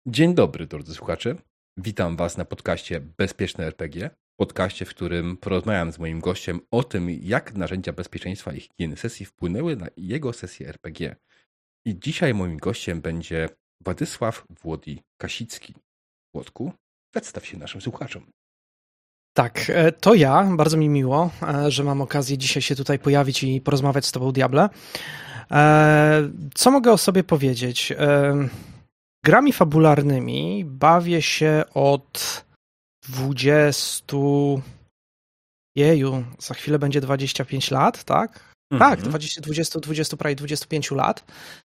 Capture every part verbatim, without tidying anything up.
Dzień dobry, drodzy słuchacze. Witam Was na podcaście Bezpieczne R P G. Podcaście, w którym porozmawiam z moim gościem o tym, jak narzędzia bezpieczeństwa i higieny sesji wpłynęły na jego sesję R P G. I dzisiaj moim gościem będzie Władysław Włodi Kasicki. Włodku, przedstaw się naszym słuchaczom. Tak, to ja. Bardzo mi miło, że mam okazję dzisiaj się tutaj pojawić i porozmawiać z Tobą, Diable. Co mogę o sobie powiedzieć? Grami fabularnymi bawię się od dwudziestu... Jeju, za chwilę będzie dwadzieścia pięć lat, tak? Mm-hmm. Tak, dwadzieścia, dwadzieścia, dwadzieścia, prawie dwadzieścia pięć lat.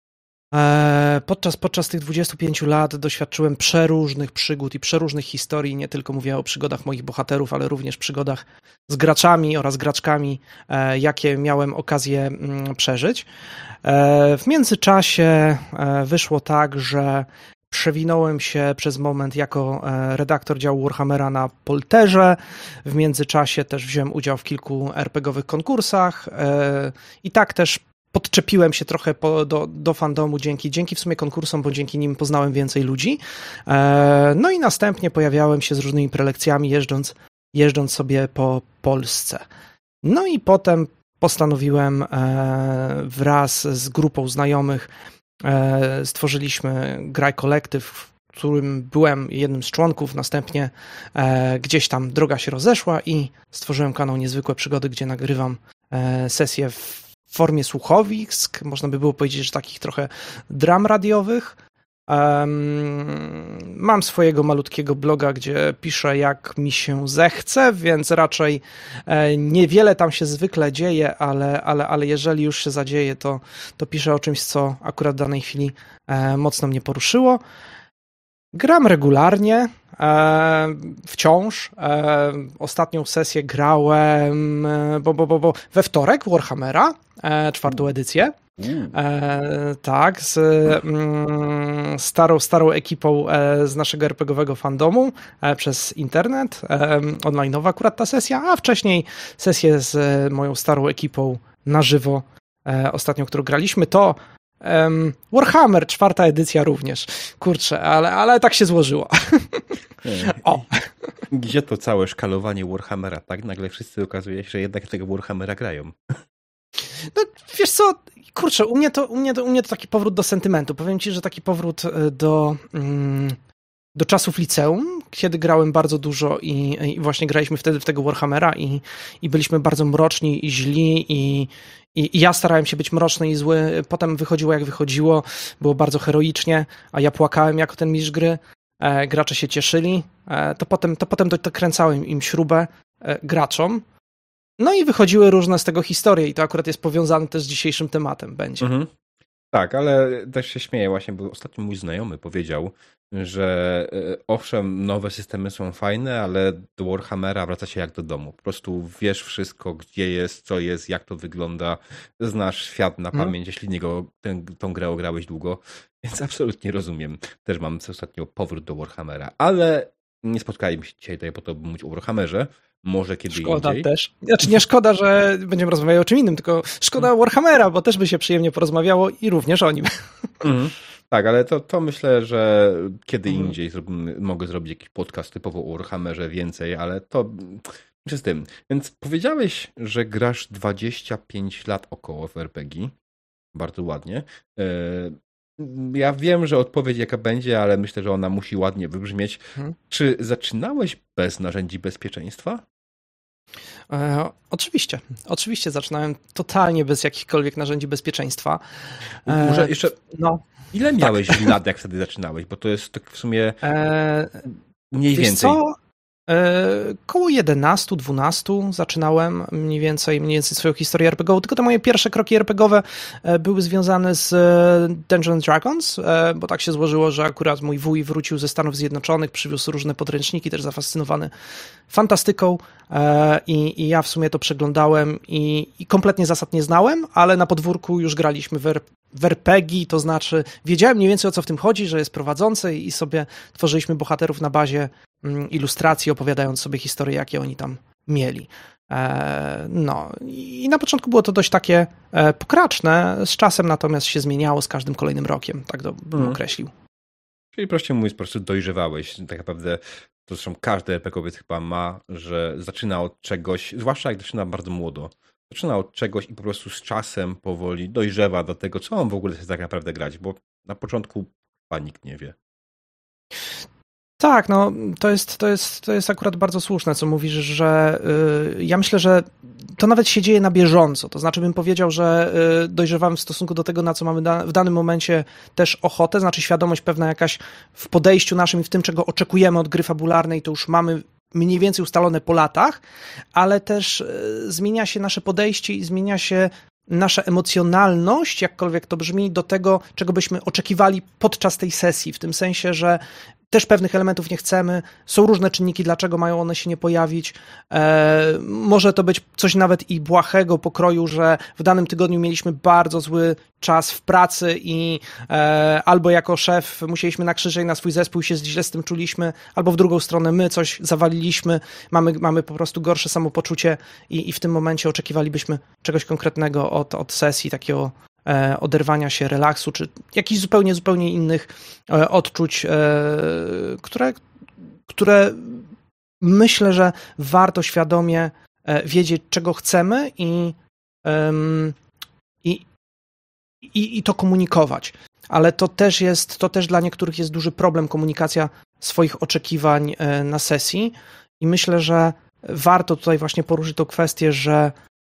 Podczas, podczas tych dwudziestu pięciu lat doświadczyłem przeróżnych przygód i przeróżnych historii. Nie tylko mówię o przygodach moich bohaterów, ale również przygodach z graczami oraz graczkami, jakie miałem okazję przeżyć. W międzyczasie wyszło tak, że przewinąłem się przez moment jako redaktor działu Warhammera na Polterze. W międzyczasie też wziąłem udział w kilku er pe gie owych konkursach i tak też podczepiłem się trochę po, do, do fandomu dzięki, dzięki w sumie konkursom, bo dzięki nim poznałem więcej ludzi. No i następnie pojawiałem się z różnymi prelekcjami, jeżdżąc, jeżdżąc sobie po Polsce. No i potem postanowiłem wraz z grupą znajomych stworzyliśmy Graj Kolektyw, w którym byłem jednym z członków. Następnie gdzieś tam droga się rozeszła i stworzyłem kanał Niezwykłe Przygody, gdzie nagrywam sesje w w formie słuchowisk, można by było powiedzieć, że takich trochę dram radiowych. Um, mam swojego malutkiego bloga, gdzie piszę jak mi się zechce, więc raczej e, niewiele tam się zwykle dzieje, ale, ale, ale jeżeli już się zadzieje, to, to piszę o czymś, co akurat w danej chwili e, mocno mnie poruszyło. Gram regularnie, e, wciąż. E, ostatnią sesję grałem bo, bo, bo, bo we wtorek Warhammera, e, czwartą edycję. E, tak, z mm, starą, starą ekipą e, z naszego er pe gie owego fandomu e, przez internet. E, online'owa akurat ta sesja, a wcześniej sesję z e, moją starą ekipą na żywo, e, ostatnią, którą graliśmy, to Um, Warhammer, czwarta edycja również. Kurczę, ale, ale tak się złożyło. O. Gdzie to całe szkalowanie Warhammera, tak? Nagle wszyscy okazuje się, że jednak tego Warhammera grają. No wiesz co, kurczę, u mnie to, u mnie to, u mnie to taki powrót do sentymentu. Powiem ci, że taki powrót do, do czasów liceum, kiedy grałem bardzo dużo i, i właśnie graliśmy wtedy w tego Warhammera i, i byliśmy bardzo mroczni i źli i I ja starałem się być mroczny i zły, potem wychodziło jak wychodziło, było bardzo heroicznie, a ja płakałem jako ten mistrz gry, e, gracze się cieszyli, e, to potem, to potem dokręcałem im śrubę e, graczom, no i wychodziły różne z tego historie i to akurat jest powiązane też z dzisiejszym tematem będzie. Mhm. Tak, ale też się śmieję właśnie, bo ostatnio mój znajomy powiedział, że owszem, nowe systemy są fajne, ale do Warhammera wraca się jak do domu. Po prostu wiesz wszystko, gdzie jest, co jest, jak to wygląda, znasz świat na pamięć, hmm. jeśli niego tę, tą grę ograłeś długo, więc absolutnie rozumiem. Też mam ostatnio powrót do Warhammera, ale nie spotkaliśmy się dzisiaj tutaj po to, by mówić o Warhammerze. Może kiedy szkoda indziej. też. Znaczy nie szkoda, że będziemy rozmawiać o czym innym, tylko szkoda Warhammera, bo też by się przyjemnie porozmawiało i również o nim. Mm. Tak, ale to, to myślę, że kiedy mm. indziej zrobimy, mogę zrobić jakiś podcast typowo o Warhammerze więcej, ale to z tym. Więc powiedziałeś, że grasz dwadzieścia pięć lat około w er pe gie. Bardzo ładnie. Ja wiem, że odpowiedź jaka będzie, ale myślę, że ona musi ładnie wybrzmieć. Hmm. Czy zaczynałeś bez narzędzi bezpieczeństwa? E, oczywiście. Oczywiście zaczynałem totalnie bez jakichkolwiek narzędzi bezpieczeństwa. E, Może jeszcze... No. Ile miałeś tak. lat, jak wtedy zaczynałeś? Bo to jest tak w sumie e, mniej więcej... Co? Koło jedenastu, dwunastu zaczynałem mniej więcej, mniej więcej swoją historię er pe gie ową, tylko te moje pierwsze kroki er pe gie owe były związane z Dungeons and Dragons, bo tak się złożyło, że akurat mój wuj wrócił ze Stanów Zjednoczonych, przywiózł różne podręczniki, też zafascynowany fantastyką i, i ja w sumie to przeglądałem i, i kompletnie zasad nie znałem, ale na podwórku już graliśmy w, w er pe gie, to znaczy wiedziałem mniej więcej o co w tym chodzi, że jest prowadzący i sobie tworzyliśmy bohaterów na bazie ilustracji, opowiadając sobie historie, jakie oni tam mieli. No i na początku było to dość takie pokraczne, z czasem natomiast się zmieniało z każdym kolejnym rokiem, tak to bym hmm. określił. Czyli prościej mówiąc, po prostu dojrzewałeś. Tak naprawdę to zresztą każdy er pe gie owiec chyba ma, że zaczyna od czegoś, zwłaszcza jak zaczyna bardzo młodo. Zaczyna od czegoś i po prostu z czasem powoli dojrzewa do tego, co on w ogóle chce tak naprawdę grać, bo na początku chyba nikt nie wie. Tak, no to jest, to jest, to jest akurat bardzo słuszne, co mówisz, że yy, ja myślę, że to nawet się dzieje na bieżąco. To znaczy bym powiedział, że yy, dojrzewamy w stosunku do tego, na co mamy da, w danym momencie też ochotę, znaczy świadomość pewna jakaś w podejściu naszym i w tym, czego oczekujemy od gry fabularnej, to już mamy mniej więcej ustalone po latach, ale też yy, zmienia się nasze podejście i zmienia się nasza emocjonalność, jakkolwiek to brzmi, do tego, czego byśmy oczekiwali podczas tej sesji, w tym sensie, że też pewnych elementów nie chcemy, są różne czynniki, dlaczego mają one się nie pojawić. E, może to być coś nawet i błahego pokroju, że w danym tygodniu mieliśmy bardzo zły czas w pracy i e, albo jako szef musieliśmy nakrzyczeć na swój zespół i się źle z tym czuliśmy, albo w drugą stronę my coś zawaliliśmy, mamy, mamy po prostu gorsze samopoczucie i, i w tym momencie oczekiwalibyśmy czegoś konkretnego od, od sesji, takiego oderwania się, relaksu, czy jakichś zupełnie, zupełnie innych odczuć, które, które myślę, że warto świadomie wiedzieć, czego chcemy i, i, i, i to komunikować. Ale to też jest, to też dla niektórych jest duży problem, komunikacja swoich oczekiwań na sesji i myślę, że warto tutaj właśnie poruszyć tą kwestię, że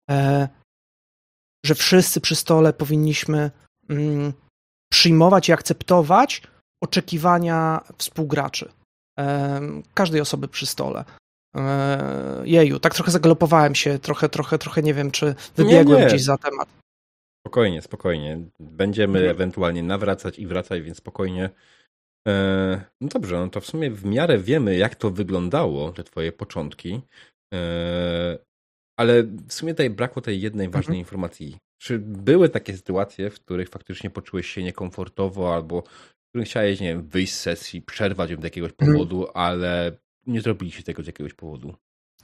że wszyscy przy stole powinniśmy mm, przyjmować i akceptować oczekiwania współgraczy. E, każdej osoby przy stole. E, jeju, tak trochę zagalopowałem się, trochę, trochę, trochę nie wiem, czy wybiegłem nie, nie. gdzieś za temat. Spokojnie, spokojnie. Będziemy hmm. ewentualnie nawracać i wracać, więc spokojnie. E, no dobrze, no to w sumie w miarę wiemy, jak to wyglądało, te twoje początki. E, Ale w sumie tutaj brakło tej jednej ważnej mhm. informacji. Czy były takie sytuacje, w których faktycznie poczułeś się niekomfortowo albo w których chciałeś, nie wiem, wyjść z sesji, przerwać ją z jakiegoś powodu, mhm. ale nie zrobiliście tego z jakiegoś powodu?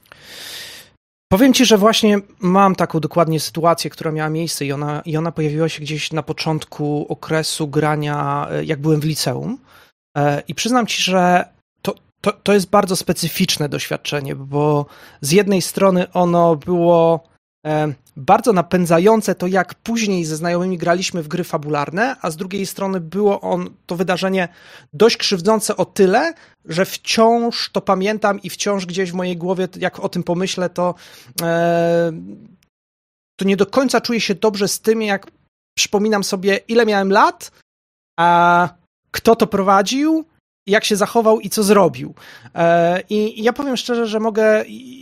Powiem ci, że właśnie mam taką dokładnie sytuację, która miała miejsce i ona, i ona pojawiła się gdzieś na początku okresu grania, jak byłem w liceum. I przyznam ci, że To, to jest bardzo specyficzne doświadczenie, bo z jednej strony ono było e, bardzo napędzające to, jak później ze znajomymi graliśmy w gry fabularne, a z drugiej strony było on, to wydarzenie dość krzywdzące o tyle, że wciąż to pamiętam i wciąż gdzieś w mojej głowie, jak o tym pomyślę, to, e, to nie do końca czuję się dobrze z tym, jak przypominam sobie, ile miałem lat, a kto to prowadził, jak się zachował i co zrobił. I ja powiem szczerze, że mogę,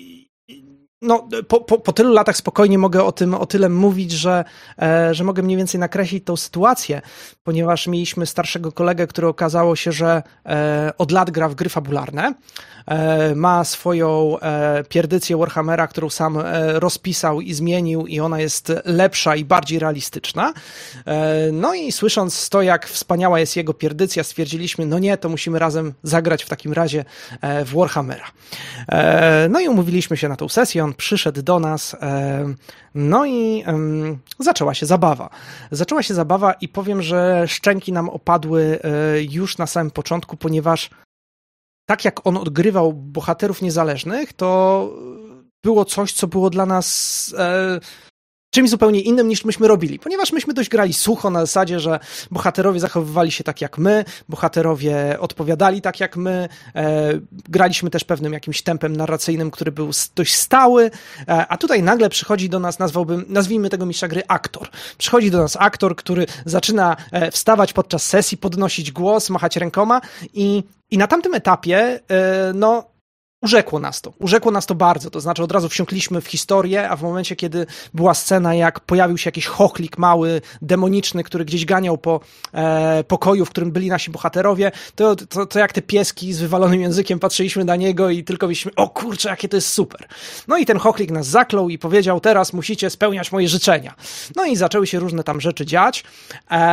no po, po, po tylu latach spokojnie mogę o tym o tyle mówić, że, że mogę mniej więcej nakreślić tą sytuację, ponieważ mieliśmy starszego kolegę, który okazało się, że od lat gra w gry fabularne, ma swoją pierdycję Warhammera, którą sam rozpisał i zmienił i ona jest lepsza i bardziej realistyczna. No i słysząc to, jak wspaniała jest jego pierdycja, stwierdziliśmy, no nie, to musimy razem zagrać w takim razie w Warhammera. No i umówiliśmy się na tą sesję, on przyszedł do nas, no i zaczęła się zabawa. Zaczęła się zabawa i powiem, że szczęki nam opadły już na samym początku, ponieważ tak jak on odgrywał bohaterów niezależnych, to było coś, co było dla nas e, czymś zupełnie innym niż myśmy robili, ponieważ myśmy dość grali sucho na zasadzie, że bohaterowie zachowywali się tak jak my, bohaterowie odpowiadali tak jak my, e, graliśmy też pewnym jakimś tempem narracyjnym, który był dość stały, e, a tutaj nagle przychodzi do nas, nazwałbym, nazwijmy tego mistrza gry aktor. Przychodzi do nas aktor, który zaczyna e, wstawać podczas sesji, podnosić głos, machać rękoma i, i na tamtym etapie, e, no urzekło nas to. Urzekło nas to bardzo. To znaczy od razu wsiąkliśmy w historię, a w momencie, kiedy była scena, jak pojawił się jakiś chochlik mały, demoniczny, który gdzieś ganiał po e, pokoju, w którym byli nasi bohaterowie, to, to, to jak te pieski z wywalonym językiem patrzyliśmy na niego i tylko myśleliśmy, o kurczę, jakie to jest super. No i ten chochlik nas zaklął i powiedział, teraz musicie spełniać moje życzenia. No i zaczęły się różne tam rzeczy dziać. E,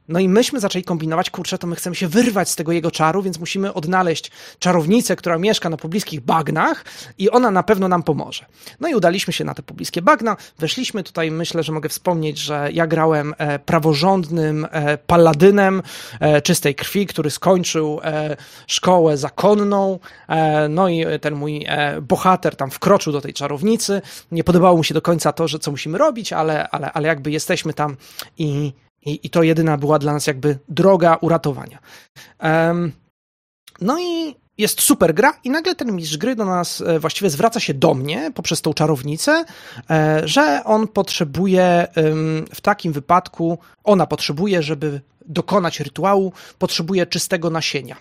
No i myśmy zaczęli kombinować, kurczę, to my chcemy się wyrwać z tego jego czaru, więc musimy odnaleźć czarownicę, która mieszka na pobliskich bagnach i ona na pewno nam pomoże. No i udaliśmy się na te pobliskie bagna, weszliśmy tutaj, myślę, że mogę wspomnieć, że ja grałem e, praworządnym e, paladynem e, czystej krwi, który skończył e, szkołę zakonną, e, no i ten mój e, bohater tam wkroczył do tej czarownicy, nie podobało mu się do końca to, że co musimy robić, ale, ale, ale jakby jesteśmy tam i I, I to jedyna była dla nas jakby droga uratowania. Um, no i jest super gra i nagle ten mistrz gry do nas e, właściwie zwraca się do mnie poprzez tą czarownicę, e, że on potrzebuje e, w takim wypadku, ona potrzebuje, żeby dokonać rytuału, potrzebuje czystego nasienia.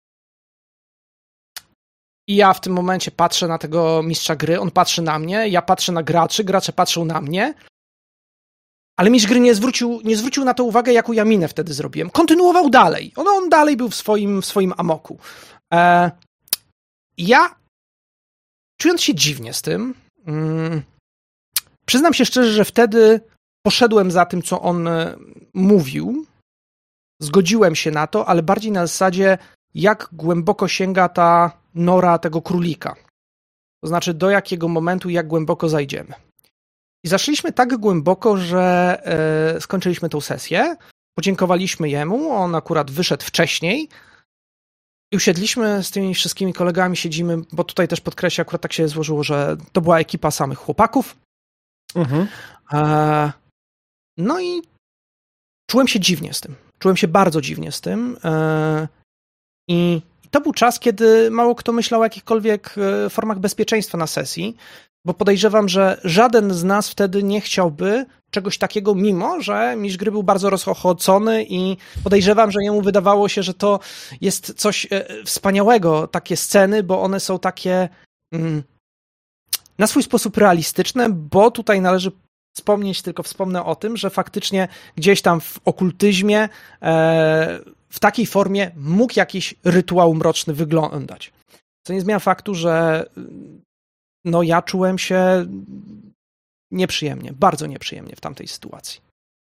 I ja w tym momencie patrzę na tego mistrza gry, on patrzy na mnie, ja patrzę na graczy, gracze patrzą na mnie. Ale mistrz gry nie zwrócił, nie zwrócił na to uwagę, jaką ja minę wtedy zrobiłem. Kontynuował dalej. On, on dalej był w swoim, w swoim amoku. E, ja, czując się dziwnie z tym, mm, przyznam się szczerze, że wtedy poszedłem za tym, co on mówił. Zgodziłem się na to, ale bardziej na zasadzie, jak głęboko sięga ta nora tego królika. To znaczy, do jakiego momentu, jak głęboko zajdziemy. I zaszliśmy tak głęboko, że e, skończyliśmy tą sesję, podziękowaliśmy jemu, on akurat wyszedł wcześniej i usiedliśmy z tymi wszystkimi kolegami, siedzimy, bo tutaj też podkreślę, akurat tak się złożyło, że to była ekipa samych chłopaków. Mhm. E, no i czułem się dziwnie z tym. Czułem się bardzo dziwnie z tym e, i to był czas, kiedy mało kto myślał o jakichkolwiek formach bezpieczeństwa na sesji, bo podejrzewam, że żaden z nas wtedy nie chciałby czegoś takiego, mimo że mistrz gry był bardzo rozchodzony i podejrzewam, że jemu wydawało się, że to jest coś wspaniałego, takie sceny, bo one są takie mm, na swój sposób realistyczne, bo tutaj należy wspomnieć, tylko wspomnę o tym, że faktycznie gdzieś tam w okultyzmie e, w takiej formie mógł jakiś rytuał mroczny wyglądać. Co nie zmienia faktu, że no ja czułem się nieprzyjemnie, bardzo nieprzyjemnie w tamtej sytuacji.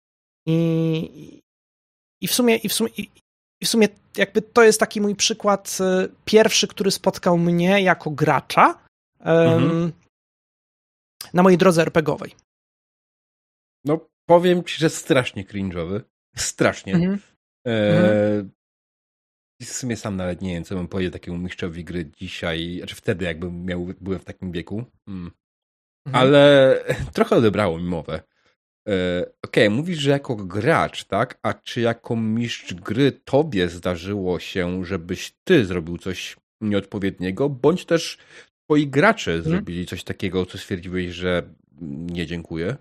I, i w sumie, i w sumie, i w sumie jakby to jest taki mój przykład pierwszy, który spotkał mnie jako gracza mhm. um, na mojej drodze er pe gie owej. No powiem ci, że strasznie cringe'owy. Strasznie. Mhm. E, mhm. W sumie sam nawet nie wiem, co bym powiedział takiemu mistrzowi gry dzisiaj, znaczy wtedy jakbym miał, byłem w takim wieku. Mm. Mhm. Ale trochę odebrało mi mowę. E, Okej, okay, mówisz, że jako gracz, tak? A czy jako mistrz gry tobie zdarzyło się, żebyś ty zrobił coś nieodpowiedniego, bądź też twoi gracze mhm. zrobili coś takiego, co stwierdziłeś, że nie dziękuję?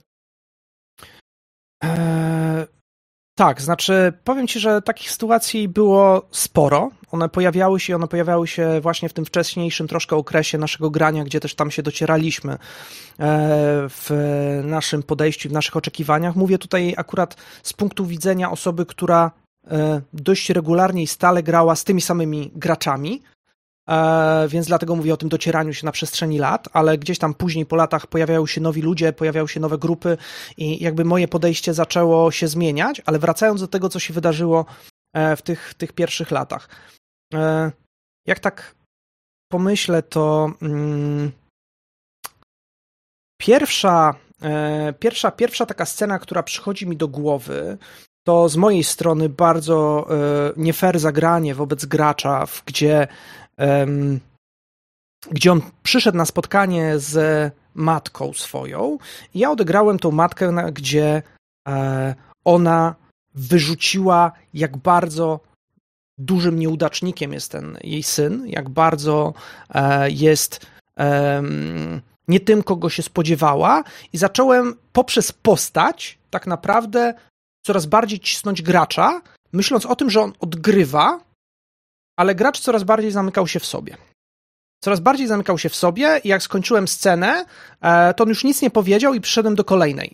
Eee, tak, znaczy powiem ci, że takich sytuacji było sporo. One pojawiały się, one pojawiały się właśnie w tym wcześniejszym troszkę okresie naszego grania, gdzie też tam się docieraliśmy w naszym podejściu, w naszych oczekiwaniach. Mówię tutaj akurat z punktu widzenia osoby, która dość regularnie i stale grała z tymi samymi graczami, więc dlatego mówię o tym docieraniu się na przestrzeni lat, ale gdzieś tam później po latach pojawiały się nowi ludzie, pojawiały się nowe grupy i jakby moje podejście zaczęło się zmieniać, ale wracając do tego, co się wydarzyło w tych, tych pierwszych latach. Jak tak pomyślę, to hmm, pierwsza, pierwsza, pierwsza taka scena, która przychodzi mi do głowy, to z mojej strony bardzo nie fair zagranie wobec gracza, gdzie Um, gdzie on przyszedł na spotkanie z matką swoją i ja odegrałem tą matkę, gdzie e, ona wyrzuciła, jak bardzo dużym nieudacznikiem jest ten jej syn, jak bardzo e, jest e, nie tym, kogo się spodziewała i zacząłem poprzez postać tak naprawdę coraz bardziej cisnąć gracza, myśląc o tym, że on odgrywa, ale gracz coraz bardziej zamykał się w sobie. Coraz bardziej zamykał się w sobie i jak skończyłem scenę, to on już nic nie powiedział i przyszedłem do kolejnej.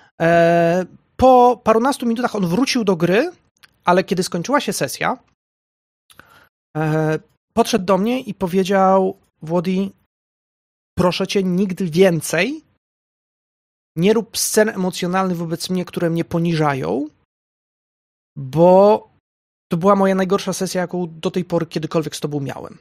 Po parunastu minutach on wrócił do gry, ale kiedy skończyła się sesja, podszedł do mnie i powiedział: Włody, proszę cię, nigdy więcej nie rób scen emocjonalnych wobec mnie, które mnie poniżają, bo to była moja najgorsza sesja, jaką do tej pory kiedykolwiek z tobą miałem.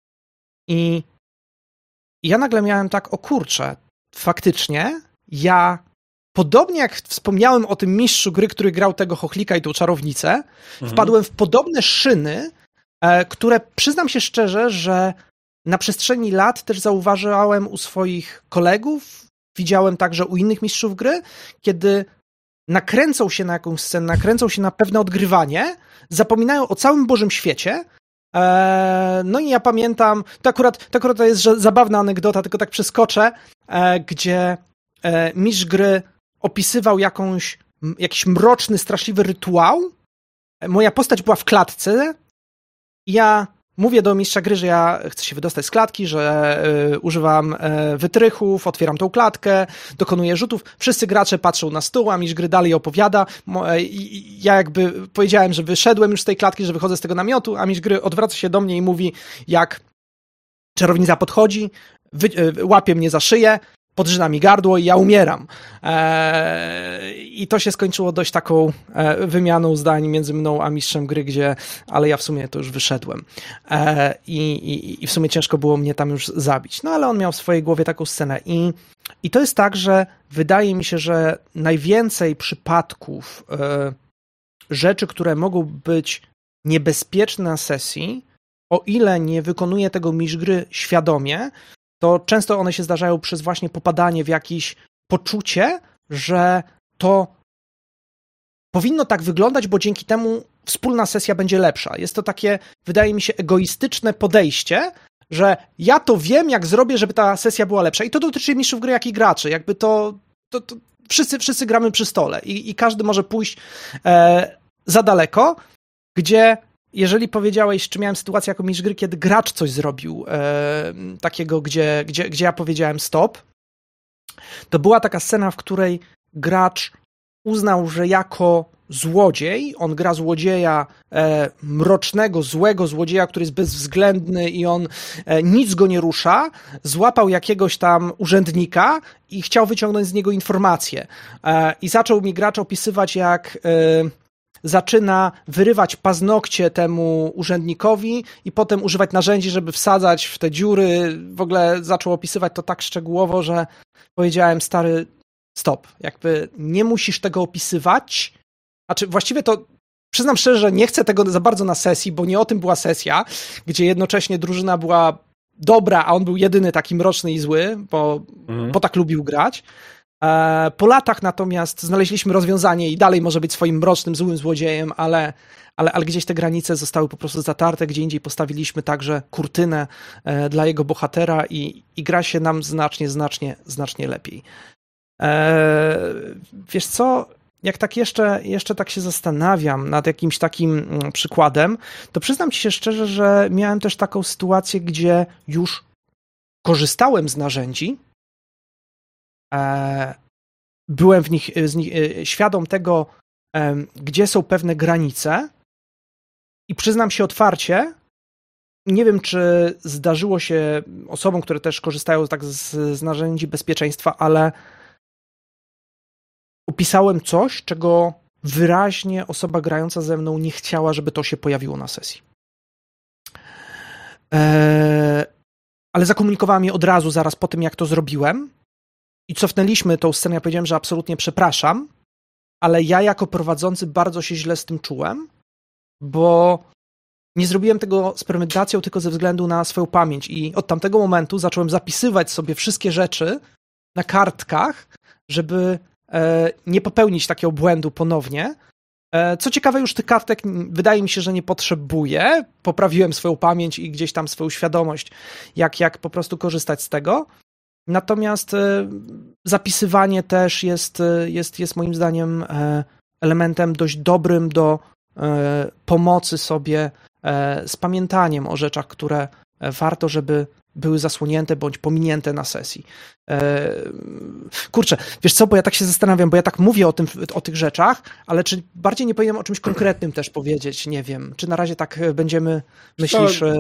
I ja nagle miałem tak, o kurczę, faktycznie ja, podobnie jak wspomniałem o tym mistrzu gry, który grał tego chochlika i tą czarownicę, mhm. wpadłem w podobne szyny, e, które przyznam się szczerze, że na przestrzeni lat też zauważyłem u swoich kolegów, widziałem także u innych mistrzów gry, kiedy nakręcą się na jakąś scenę, nakręcą się na pewne odgrywanie, zapominają o całym Bożym świecie. E, no i ja pamiętam, to akurat, to akurat to jest zabawna anegdota, tylko tak przeskoczę, e, gdzie e, mistrz gry opisywał jakąś, jakiś mroczny, straszliwy rytuał. Moja postać była w klatce. Ja mówię do mistrza gry, że ja chcę się wydostać z klatki, że y, używam y, wytrychów, otwieram tą klatkę, dokonuję rzutów. Wszyscy gracze patrzą na stół, a mistrz gry dalej opowiada. Mo, y, ja jakby powiedziałem, że wyszedłem już z tej klatki, że wychodzę z tego namiotu, a mistrz gry odwraca się do mnie i mówi, jak czarownica podchodzi, wy, y, łapie mnie za szyję, podrzyna mi gardło i ja umieram. Eee, I to się skończyło dość taką e, wymianą zdań między mną a mistrzem gry, gdzie, ale ja w sumie to już wyszedłem. Eee, i, i w sumie ciężko było mnie tam już zabić. No ale on miał w swojej głowie taką scenę. I, i to jest tak, że wydaje mi się, że najwięcej przypadków e, rzeczy, które mogą być niebezpieczne na sesji, o ile nie wykonuje tego mistrz gry świadomie, to często one się zdarzają przez właśnie popadanie w jakieś poczucie, że to powinno tak wyglądać, bo dzięki temu wspólna sesja będzie lepsza. Jest to takie, wydaje mi się, egoistyczne podejście, że ja to wiem, jak zrobię, żeby ta sesja była lepsza. I to dotyczy mistrzów gry, jak i graczy. Jakby to, to, to wszyscy, wszyscy gramy przy stole i, i każdy może pójść e, za daleko, gdzie jeżeli powiedziałeś, czy miałem sytuację jako mistrz gry, kiedy gracz coś zrobił e, takiego, gdzie, gdzie, gdzie ja powiedziałem stop, to była taka scena, w której gracz uznał, że jako złodziej, on gra złodzieja e, mrocznego, złego złodzieja, który jest bezwzględny i on e, nic go nie rusza, złapał jakiegoś tam urzędnika i chciał wyciągnąć z niego informacje. E, I zaczął mi gracz opisywać, jak e, zaczyna wyrywać paznokcie temu urzędnikowi i potem używać narzędzi, żeby wsadzać w te dziury. W ogóle zaczął opisywać to tak szczegółowo, że powiedziałem, stary, stop, jakby nie musisz tego opisywać. Znaczy właściwie to przyznam szczerze, że nie chcę tego za bardzo na sesji, bo nie o tym była sesja, gdzie jednocześnie drużyna była dobra, a on był jedyny taki mroczny i zły, bo, mhm. bo tak lubił grać. Po latach natomiast znaleźliśmy rozwiązanie i dalej może być swoim mrocznym, złym złodziejem, ale, ale, ale gdzieś te granice zostały po prostu zatarte, gdzie indziej postawiliśmy także kurtynę dla jego bohatera i, i gra się nam znacznie, znacznie, znacznie lepiej. Eee, wiesz co, jak tak jeszcze, jeszcze tak się zastanawiam nad jakimś takim przykładem, to przyznam ci się szczerze, że miałem też taką sytuację, gdzie już korzystałem z narzędzi, byłem w nich, z nich świadom tego, gdzie są pewne granice i przyznam się otwarcie, nie wiem, czy zdarzyło się osobom, które też korzystają tak z, z narzędzi bezpieczeństwa, ale opisałem coś, czego wyraźnie osoba grająca ze mną nie chciała, żeby to się pojawiło na sesji. Eee, ale zakomunikowała mi od razu, zaraz po tym, jak to zrobiłem, i cofnęliśmy tą scenę. Ja powiedziałem, że absolutnie przepraszam, ale ja jako prowadzący bardzo się źle z tym czułem, bo nie zrobiłem tego z premedytacją, tylko ze względu na swoją pamięć. I od tamtego momentu zacząłem zapisywać sobie wszystkie rzeczy na kartkach, żeby e, nie popełnić takiego błędu ponownie. E, co ciekawe, już tych kartek wydaje mi się, że nie potrzebuję. Poprawiłem swoją pamięć i gdzieś tam swoją świadomość, jak, jak po prostu korzystać z tego. Natomiast zapisywanie też jest, jest, jest moim zdaniem elementem dość dobrym do pomocy sobie z pamiętaniem o rzeczach, które warto, żeby były zasłonięte bądź pominięte na sesji. Kurczę, wiesz co, bo ja tak się zastanawiam, bo ja tak mówię o, tym, o tych rzeczach, ale czy bardziej nie powinienem o czymś konkretnym też powiedzieć, nie wiem. Czy na razie tak będziemy, myślisz...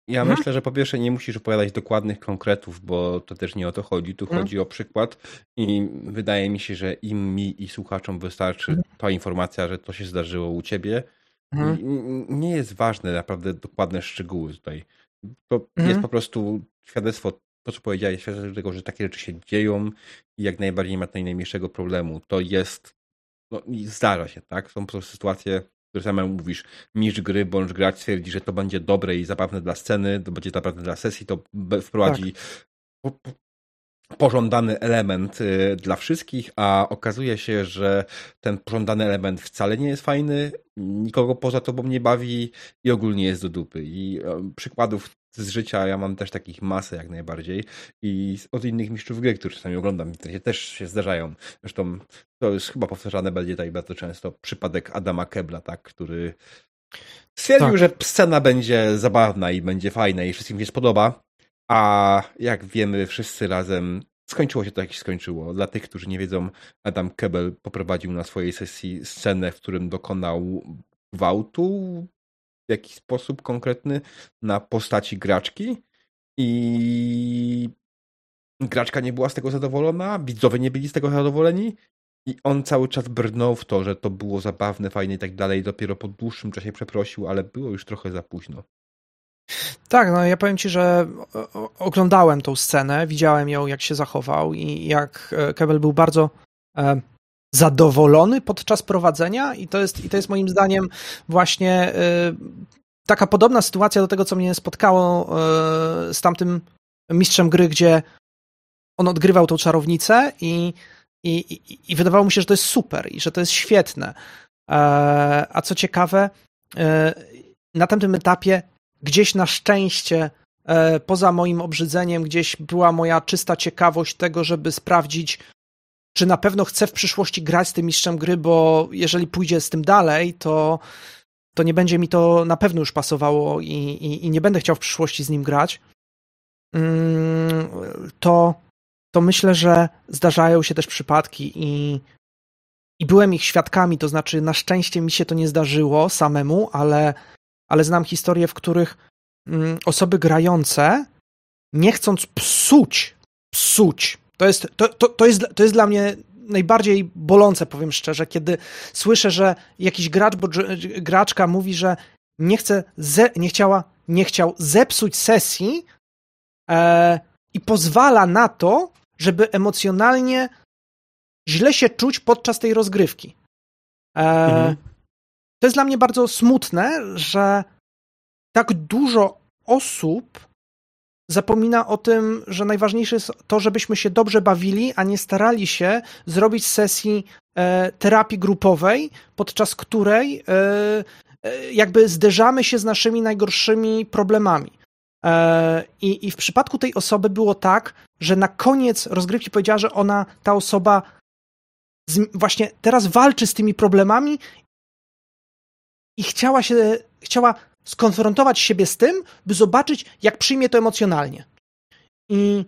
Ja Mhm. myślę, że po pierwsze nie musisz opowiadać dokładnych konkretów, bo to też nie o to chodzi. Tu Mhm. chodzi o przykład i wydaje mi się, że im mi i słuchaczom wystarczy Mhm. ta informacja, że to się zdarzyło u ciebie Mhm. i nie jest ważne naprawdę dokładne szczegóły tutaj. To jest Mhm. po prostu świadectwo, to co powiedziałeś, świadectwo tego, że takie rzeczy się dzieją i jak najbardziej nie ma tutaj najmniejszego problemu. To jest, no i zdarza się, tak? Są po prostu sytuacje, które samemu mówisz, mistrz gry bądź gracz twierdzi, że to będzie dobre i zabawne dla sceny, to będzie zabawne dla sesji, to wprowadzi Tak. po, po, pożądany element y, dla wszystkich, a okazuje się, że ten pożądany element wcale nie jest fajny, nikogo poza tobą nie bawi i ogólnie jest do dupy. I y, przykładów z życia ja mam też takich masę jak najbardziej i od innych mistrzów gry, których czasami oglądam w internecie, też się zdarzają. Zresztą to już chyba powtarzane będzie tutaj bardzo często przypadek Adama Kebla, tak, który stwierdził, Tak. że scena będzie zabawna i będzie fajna i wszystkim się spodoba, a jak wiemy wszyscy razem, skończyło się to jak się skończyło. Dla tych, którzy nie wiedzą, Adam Kebel poprowadził na swojej sesji scenę, w którym dokonał gwałtu w jakiś sposób konkretny na postaci graczki i graczka nie była z tego zadowolona, widzowie nie byli z tego zadowoleni i on cały czas brnął w to, że to było zabawne, fajne i tak dalej. Dopiero po dłuższym czasie przeprosił, ale było już trochę za późno. Tak, no ja powiem ci, że oglądałem tą scenę, widziałem ją, jak się zachował i jak Kebel był bardzo e, zadowolony podczas prowadzenia i to jest, i to jest moim zdaniem właśnie e, taka podobna sytuacja do tego, co mnie spotkało e, z tamtym mistrzem gry, gdzie on odgrywał tą czarownicę i, i, i, i wydawało mu się, że to jest super i że to jest świetne. E, a co ciekawe, e, na tamtym etapie gdzieś na szczęście, e, poza moim obrzydzeniem, gdzieś była moja czysta ciekawość tego, żeby sprawdzić, czy na pewno chcę w przyszłości grać z tym mistrzem gry, bo jeżeli pójdzie z tym dalej, to, to nie będzie mi to na pewno już pasowało i, i, i nie będę chciał w przyszłości z nim grać. Mm, to, to myślę, że zdarzają się też przypadki i, i byłem ich świadkami, to znaczy na szczęście mi się to nie zdarzyło samemu, ale ale znam historie, w których mm, osoby grające, nie chcąc psuć, psuć, to jest, to, to, to, jest, to jest dla mnie najbardziej bolące, powiem szczerze, kiedy słyszę, że jakiś gracz, bo graczka mówi, że nie chce, ze, nie chciała, nie chciał zepsuć sesji e, i pozwala na to, żeby emocjonalnie źle się czuć podczas tej rozgrywki. E, mhm. To jest dla mnie bardzo smutne, że tak dużo osób zapomina o tym, że najważniejsze jest to, żebyśmy się dobrze bawili, a nie starali się zrobić sesji e, terapii grupowej, podczas której e, e, jakby zderzamy się z naszymi najgorszymi problemami. E, i, I w przypadku tej osoby było tak, że na koniec rozgrywki powiedziała, że ona, ta osoba z, właśnie teraz walczy z tymi problemami i chciała się, chciała skonfrontować siebie z tym, by zobaczyć, jak przyjmie to emocjonalnie. I,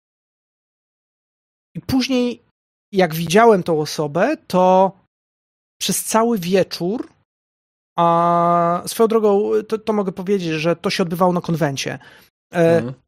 i później, jak widziałem tą osobę, to przez cały wieczór, a swoją drogą, to, to mogę powiedzieć, że to się odbywało na konwencie, mhm. e,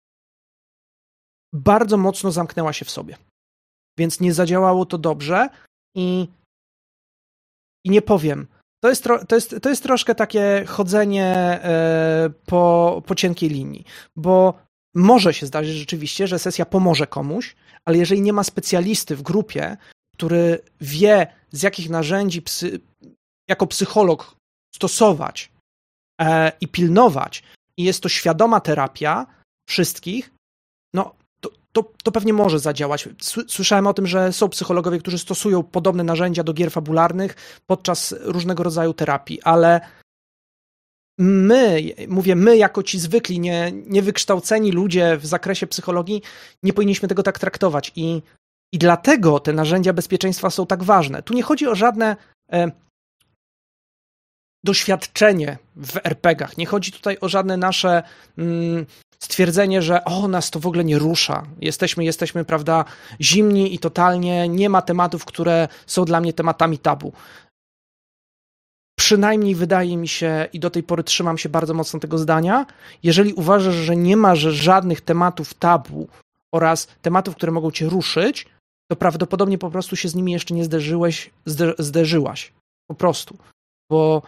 bardzo mocno zamknęła się w sobie. Więc nie zadziałało to dobrze i, i nie powiem, To jest, tro, to, jest, to jest troszkę takie chodzenie e, po, po cienkiej linii, bo może się zdarzyć rzeczywiście, że sesja pomoże komuś, ale jeżeli nie ma specjalisty w grupie, który wie, z jakich narzędzi psy, jako psycholog stosować e, i pilnować, i jest to świadoma terapia wszystkich, no to, to, to pewnie może zadziałać. Słyszałem o tym, że są psychologowie, którzy stosują podobne narzędzia do gier fabularnych podczas różnego rodzaju terapii, ale my, mówię my jako ci zwykli, nie, niewykształceni ludzie w zakresie psychologii, nie powinniśmy tego tak traktować i, i dlatego te narzędzia bezpieczeństwa są tak ważne. Tu nie chodzi o żadne e, doświadczenie w er pe gach, nie chodzi tutaj o żadne nasze mm, stwierdzenie, że o, nas to w ogóle nie rusza. Jesteśmy, jesteśmy, prawda, zimni i totalnie nie ma tematów, które są dla mnie tematami tabu. przynajmniej wydaje mi się, i do tej pory trzymam się bardzo mocno tego zdania, jeżeli uważasz, że nie ma że żadnych tematów tabu oraz tematów, które mogą cię ruszyć, to prawdopodobnie po prostu się z nimi jeszcze nie zderzyłeś, zder, zderzyłaś. Po prostu. Bo,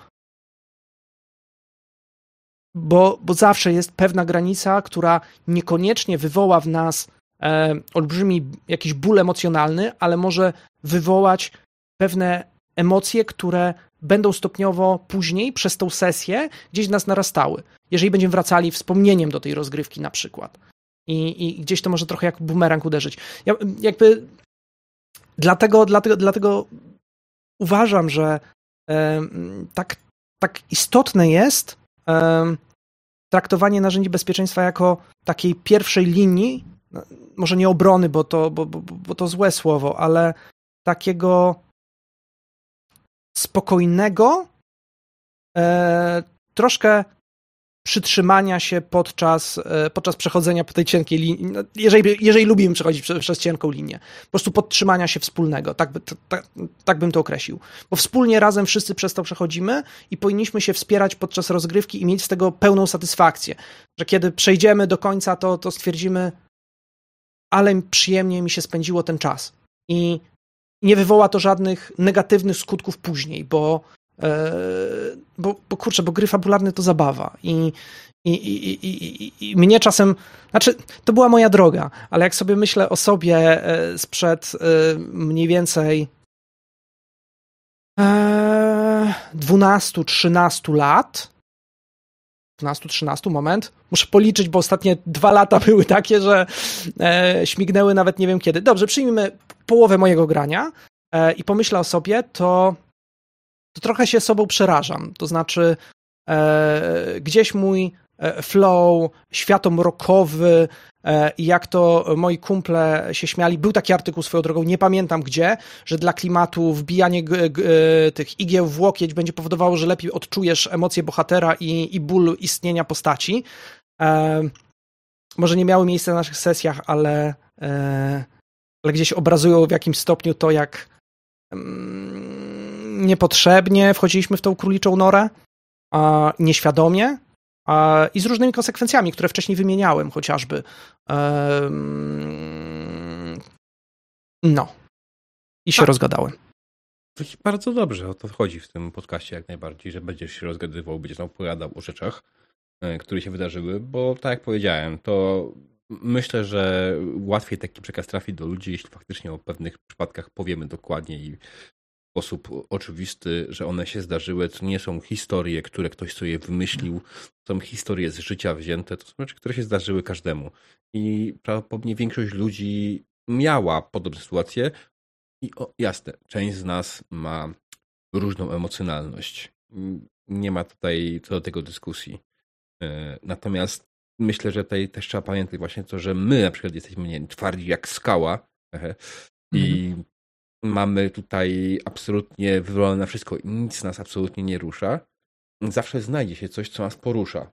bo, bo zawsze jest pewna granica, która niekoniecznie wywoła w nas e, olbrzymi jakiś ból emocjonalny, ale może wywołać pewne emocje, które będą stopniowo później, przez tą sesję, gdzieś w nas narastały. Jeżeli będziemy wracali wspomnieniem do tej rozgrywki na przykład. I, i gdzieś to może trochę jak bumerang uderzyć. Ja jakby dlatego, dlatego, dlatego uważam, że e, tak, tak istotne jest e, traktowanie narzędzi bezpieczeństwa jako takiej pierwszej linii, może nie obrony, bo to, bo, bo, bo to złe słowo, ale takiego spokojnego, e, troszkę przytrzymania się podczas, e, podczas przechodzenia po tej cienkiej linii, jeżeli, jeżeli lubimy przechodzić przez, przez cienką linię, po prostu podtrzymania się wspólnego, tak, by, tak, tak bym to określił. Bo wspólnie razem wszyscy przez to przechodzimy i powinniśmy się wspierać podczas rozgrywki i mieć z tego pełną satysfakcję, że kiedy przejdziemy do końca, to, to stwierdzimy, ale przyjemnie mi się spędziło ten czas. I nie wywoła to żadnych negatywnych skutków później, bo, e, bo, bo kurczę, bo gry fabularne to zabawa i, i, i, i, i, i mnie czasem, znaczy to była moja droga, ale jak sobie myślę o sobie sprzed e, mniej więcej e, dwunastu trzynastu lat, dwunastu trzynastu, moment, muszę policzyć, bo ostatnie dwa lata były takie, że e, śmignęły nawet nie wiem kiedy. Dobrze, przyjmijmy połowę mojego grania e, i pomyślę o sobie, to, to trochę się sobą przerażam. To znaczy e, gdzieś mój flow światomrokowy i jak to moi kumple się śmiali. Był taki artykuł swoją drogą, nie pamiętam gdzie, że dla klimatu wbijanie g- g- tych igieł w łokieć będzie powodowało, że lepiej odczujesz emocje bohatera i, i ból istnienia postaci. E, może nie miały miejsca na naszych sesjach, ale, e, ale gdzieś obrazują w jakimś stopniu to, jak mm, niepotrzebnie wchodziliśmy w tą króliczą norę, a nieświadomie, a, i z różnymi konsekwencjami, które wcześniej wymieniałem, chociażby. Um, no. I się a, rozgadałem. To bardzo dobrze o to chodzi w tym podcaście jak najbardziej, że będziesz się rozgadywał, będziesz nam opowiadał o rzeczach, które się wydarzyły, bo tak jak powiedziałem, to myślę, że łatwiej taki przekaz trafi do ludzi, jeśli faktycznie o pewnych przypadkach powiemy dokładnie i w sposób oczywisty, że one się zdarzyły. To nie są historie, które ktoś sobie wymyślił, to są historie z życia wzięte, to są rzeczy, które się zdarzyły każdemu. I prawdopodobnie większość ludzi miała podobne sytuacje i o, jasne, część z nas ma różną emocjonalność. Nie ma tutaj co do tego dyskusji. Natomiast myślę, że tutaj też trzeba pamiętać właśnie to, że my na przykład jesteśmy nie wiem, twardzi jak skała i mhm. mamy tutaj absolutnie wywalone na wszystko i nic nas absolutnie nie rusza. Zawsze znajdzie się coś, co nas porusza.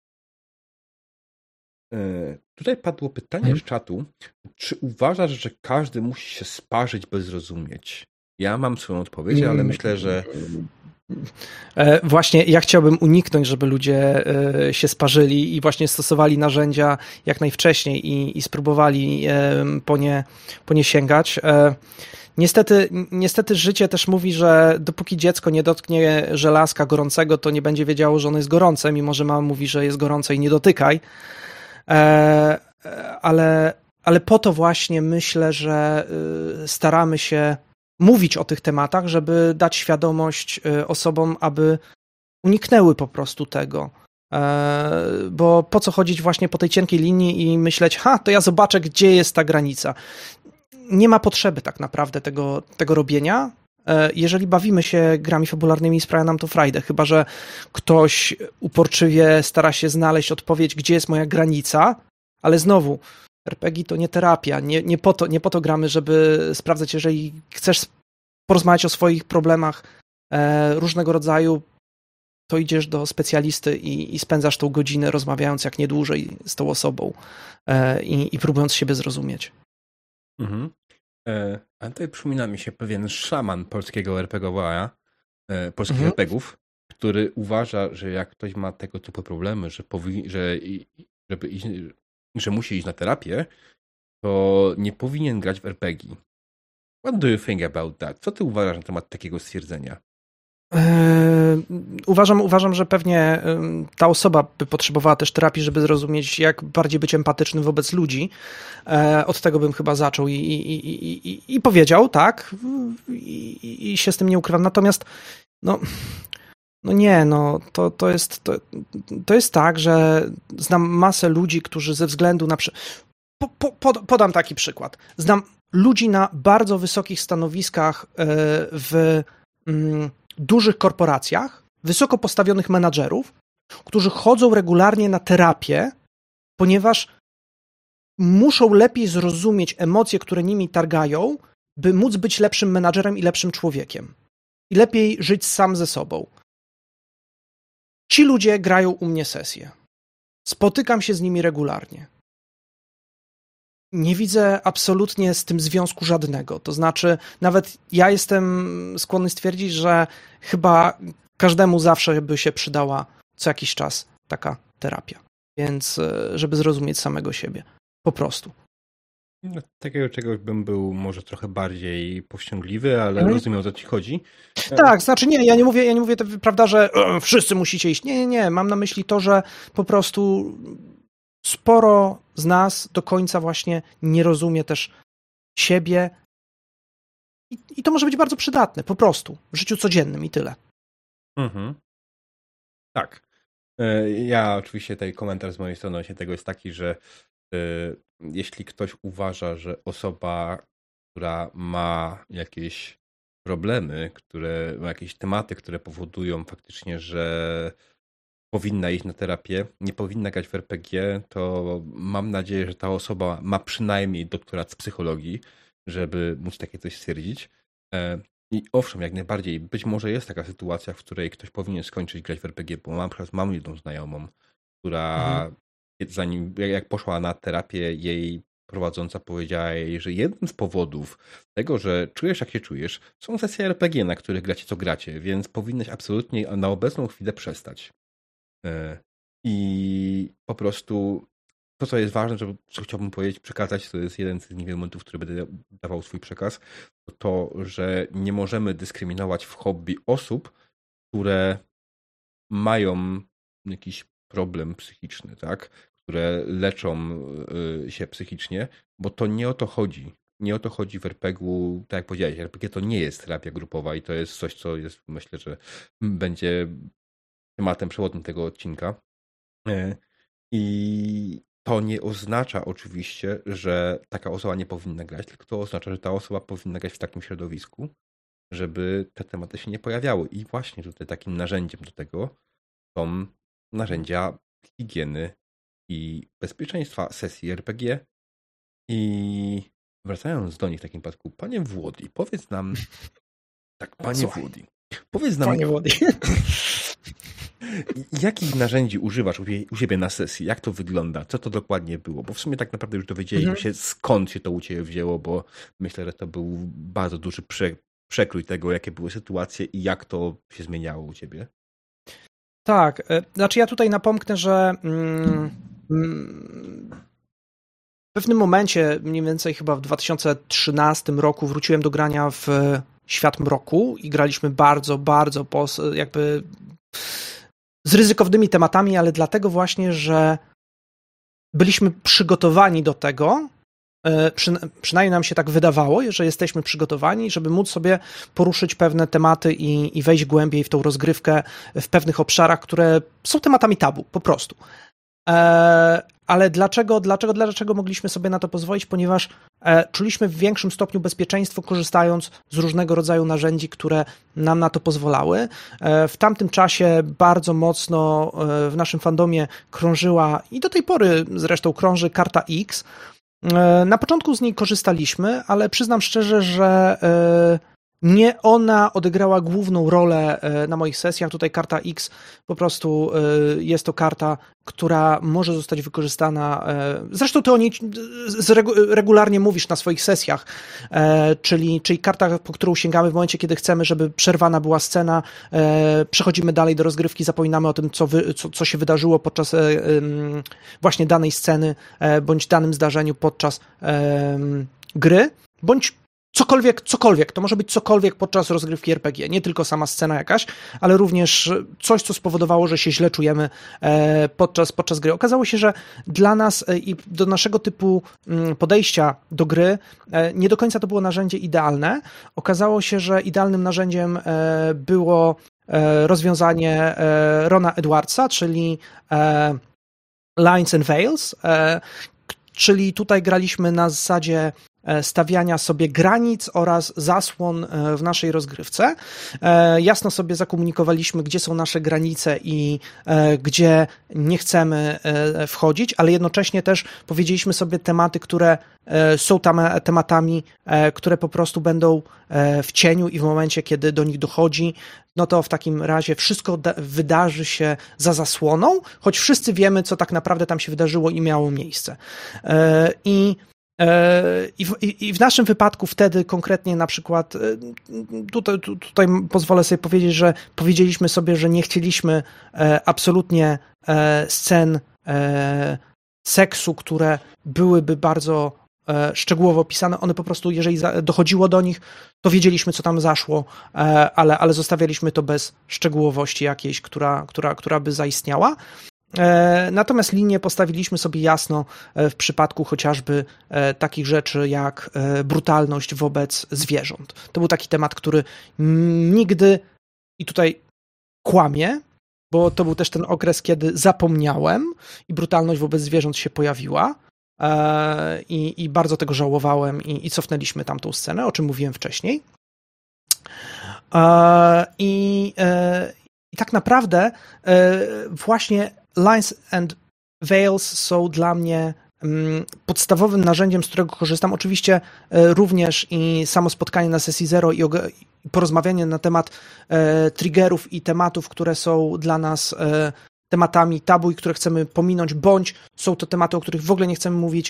Tutaj padło pytanie mhm. z czatu. Czy uważasz, że każdy musi się sparzyć, by zrozumieć? Ja mam swoją odpowiedź, ale myślę, że Właśnie ja chciałbym uniknąć, żeby ludzie się sparzyli i właśnie stosowali narzędzia jak najwcześniej i, i spróbowali po nie, po nie sięgać. Niestety, niestety życie też mówi, że dopóki dziecko nie dotknie żelazka gorącego, to nie będzie wiedziało, że ono jest gorące, mimo że mama mówi, że jest gorące i nie dotykaj. Ale, ale po to właśnie myślę, że staramy się mówić o tych tematach, żeby dać świadomość osobom, aby uniknęły po prostu tego. Bo po co chodzić właśnie po tej cienkiej linii i myśleć, ha, to ja zobaczę, gdzie jest ta granica. Nie ma potrzeby tak naprawdę tego, tego robienia. Jeżeli bawimy się grami fabularnymi i sprawia nam to frajdę, chyba że ktoś uporczywie stara się znaleźć odpowiedź, gdzie jest moja granica, ale znowu er pe gie to nie terapia, nie, nie, po to, nie po to gramy, żeby sprawdzać, jeżeli chcesz porozmawiać o swoich problemach e, różnego rodzaju, to idziesz do specjalisty i, i spędzasz tą godzinę rozmawiając jak nie dłużej z tą osobą e, i, i próbując siebie zrozumieć. Mhm. E, a tutaj przypomina mi się pewien szaman polskiego er pe gie owa, e, polskich mhm. er pe gie ów, który uważa, że jak ktoś ma tego typu problemy, że, powi- że, żeby iść, że musi iść na terapię, to nie powinien grać w er pe gie. What do you think about that? Co ty uważasz na temat takiego stwierdzenia? Yy, uważam, uważam, że pewnie yy, ta osoba by potrzebowała też terapii, żeby zrozumieć, jak bardziej być empatycznym wobec ludzi. Yy, od tego bym chyba zaczął i, i, i, i, i powiedział, tak, I, i się z tym nie ukrywam. Natomiast no, no nie, no to, to, jest, to, to jest tak, że znam masę ludzi, którzy ze względu na... Po, po, pod, podam taki przykład. Znam ludzi na bardzo wysokich stanowiskach yy, w... Yy, dużych korporacjach, wysoko postawionych menadżerów, którzy chodzą regularnie na terapię, ponieważ muszą lepiej zrozumieć emocje, które nimi targają, by móc być lepszym menadżerem i lepszym człowiekiem. I lepiej żyć sam ze sobą. Ci ludzie grają u mnie sesje. Spotykam się z nimi regularnie. Nie widzę absolutnie z tym związku żadnego. To znaczy, nawet ja jestem skłonny stwierdzić, że chyba każdemu zawsze by się przydała co jakiś czas taka terapia. Więc, żeby zrozumieć samego siebie. Po prostu. No, takiego czegoś bym był może trochę bardziej powściągliwy, ale mhm. rozumiem, o co ci chodzi. Tak, znaczy nie, ja nie mówię, ja nie mówię, prawda, że e, wszyscy musicie iść. Nie, nie, nie. Mam na myśli to, że po prostu sporo z nas do końca właśnie nie rozumie też siebie i, i to może być bardzo przydatne, po prostu, w życiu codziennym i tyle. Mhm. Tak. Ja oczywiście tutaj komentarz z mojej strony właśnie tego jest taki, że y, jeśli ktoś uważa, że osoba, która ma jakieś problemy, które ma jakieś tematy, które powodują faktycznie, że powinna iść na terapię, nie powinna grać w er pe gie, to mam nadzieję, że ta osoba ma przynajmniej doktorat z psychologii, żeby móc takie coś stwierdzić. I owszem, jak najbardziej, być może jest taka sytuacja, w której ktoś powinien skończyć grać w er pe gie, bo mam, mam jedną znajomą, która mhm. zanim, jak poszła na terapię, jej prowadząca powiedziała jej, że jednym z powodów tego, że czujesz jak się czujesz, są sesje er pe gie, na których gracie co gracie, więc powinnaś absolutnie na obecną chwilę przestać. I po prostu to, co jest ważne, żeby, co chciałbym powiedzieć, przekazać, to jest jeden z niewielu momentów, w którym będę dawał swój przekaz, to to, że nie możemy dyskryminować w hobby osób, które mają jakiś problem psychiczny, tak? Które leczą się psychicznie, bo to nie o to chodzi. Nie o to chodzi w er pe gie u, tak jak powiedziałeś, er pe gie to nie jest terapia grupowa i to jest coś, co jest, myślę, że będzie tematem przewodnim tego odcinka. I to nie oznacza oczywiście, że taka osoba nie powinna grać, tylko to oznacza, że ta osoba powinna grać w takim środowisku, żeby te tematy się nie pojawiały. I właśnie tutaj takim narzędziem do tego są narzędzia higieny i bezpieczeństwa sesji er pe gie. I wracając do nich w takim przypadku, panie Włody, powiedz nam... Tak, panie Włody, powiedz nam... Panie Włody. Jakich narzędzi używasz u siebie na sesji? Jak to wygląda? Co to dokładnie było? Bo w sumie tak naprawdę już dowiedzieliśmy mhm. się, skąd się to u ciebie wzięło, bo myślę, że to był bardzo duży prze, przekrój tego, jakie były sytuacje i jak to się zmieniało u ciebie. Tak, znaczy ja tutaj napomknę, że mm, w pewnym momencie, mniej więcej chyba w dwa tysiące trzynastym roku wróciłem do grania w Świat Mroku i graliśmy bardzo, bardzo pos, jakby z ryzykownymi tematami, ale dlatego właśnie, że byliśmy przygotowani do tego, przy, przynajmniej nam się tak wydawało, że jesteśmy przygotowani, żeby móc sobie poruszyć pewne tematy i, i wejść głębiej w tą rozgrywkę w pewnych obszarach, które są tematami tabu, po prostu. E, ale dlaczego, dlaczego, dlaczego mogliśmy sobie na to pozwolić? Ponieważ e, czuliśmy w większym stopniu bezpieczeństwo, korzystając z różnego rodzaju narzędzi, które nam na to pozwalały. E, w tamtym czasie bardzo mocno e, w naszym fandomie krążyła i do tej pory zresztą krąży karta X. E, na początku z niej korzystaliśmy, ale przyznam szczerze, że e, nie ona odegrała główną rolę na moich sesjach. Tutaj karta X po prostu jest to karta, która może zostać wykorzystana. Zresztą ty o niej regularnie mówisz na swoich sesjach, czyli, czyli karta, po którą sięgamy w momencie, kiedy chcemy, żeby przerwana była scena, przechodzimy dalej do rozgrywki, zapominamy o tym, co, wy, co, co się wydarzyło podczas właśnie danej sceny, bądź danym zdarzeniu podczas gry, bądź cokolwiek, cokolwiek, to może być cokolwiek podczas rozgrywki er pe gie, nie tylko sama scena jakaś, ale również coś, co spowodowało, że się źle czujemy podczas, podczas gry. Okazało się, że dla nas i do naszego typu podejścia do gry nie do końca to było narzędzie idealne. Okazało się, że idealnym narzędziem było rozwiązanie Rona Edwardsa, czyli Lines and Veils, czyli tutaj graliśmy na zasadzie stawiania sobie granic oraz zasłon w naszej rozgrywce. Jasno sobie zakomunikowaliśmy, gdzie są nasze granice i gdzie nie chcemy wchodzić, ale jednocześnie też powiedzieliśmy sobie tematy, które są tam tematami, które po prostu będą w cieniu i w momencie, kiedy do nich dochodzi, no to w takim razie wszystko da- wydarzy się za zasłoną, choć wszyscy wiemy, co tak naprawdę tam się wydarzyło i miało miejsce. I I w, I w naszym wypadku wtedy konkretnie na przykład tutaj, tutaj pozwolę sobie powiedzieć, że powiedzieliśmy sobie, że nie chcieliśmy absolutnie scen seksu, które byłyby bardzo szczegółowo opisane. One po prostu, jeżeli dochodziło do nich, to wiedzieliśmy, co tam zaszło, ale, ale zostawialiśmy to bez szczegółowości jakiejś, która, która, która by zaistniała. Natomiast linię postawiliśmy sobie jasno w przypadku chociażby takich rzeczy jak brutalność wobec zwierząt. To był taki temat, który nigdy, i tutaj kłamię, bo to był też ten okres, kiedy zapomniałem i brutalność wobec zwierząt się pojawiła i, i bardzo tego żałowałem i, i cofnęliśmy tamtą scenę, o czym mówiłem wcześniej. I, i tak naprawdę właśnie Lines and Veils są dla mnie podstawowym narzędziem, z którego korzystam. Oczywiście również i samo spotkanie na sesji zero i porozmawianie na temat triggerów i tematów, które są dla nas tematami tabu i które chcemy pominąć, bądź są to tematy, o których w ogóle nie chcemy mówić,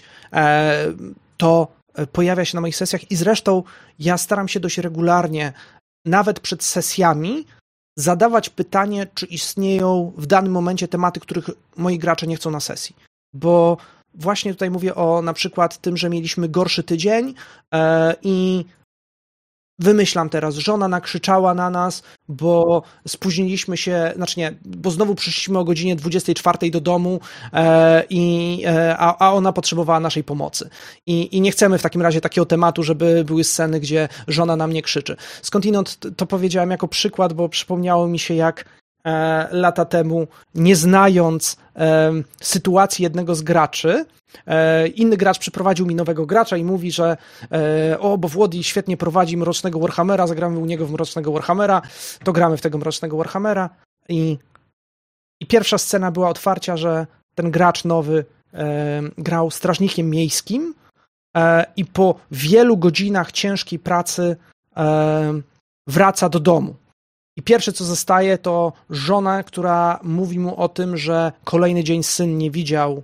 to pojawia się na moich sesjach i zresztą ja staram się dość regularnie, nawet przed sesjami, zadawać pytanie, czy istnieją w danym momencie tematy, których moi gracze nie chcą na sesji. Bo właśnie tutaj mówię o na przykład tym, że mieliśmy gorszy tydzień e, i wymyślam teraz, żona nakrzyczała na nas, bo spóźniliśmy się, znaczy nie, bo znowu przyszliśmy o godzinie dwudziestej czwartej do domu e, i, e, a, a ona potrzebowała naszej pomocy. I, I nie chcemy w takim razie takiego tematu, żeby były sceny, gdzie żona na mnie krzyczy. Skądinąd to powiedziałem jako przykład, bo przypomniało mi się, jak e, lata temu, nie znając e, sytuacji jednego z graczy, inny gracz przyprowadził mi nowego gracza i mówi, że o, bo Włody świetnie prowadzi Mrocznego Warhammera, zagramy u niego w Mrocznego Warhammera, to gramy w tego Mrocznego Warhammera i, i pierwsza scena była otwarcia, że ten gracz nowy e, grał strażnikiem miejskim e, i po wielu godzinach ciężkiej pracy e, wraca do domu. I pierwsze, co zostaje, to żona, która mówi mu o tym, że kolejny dzień syn nie widział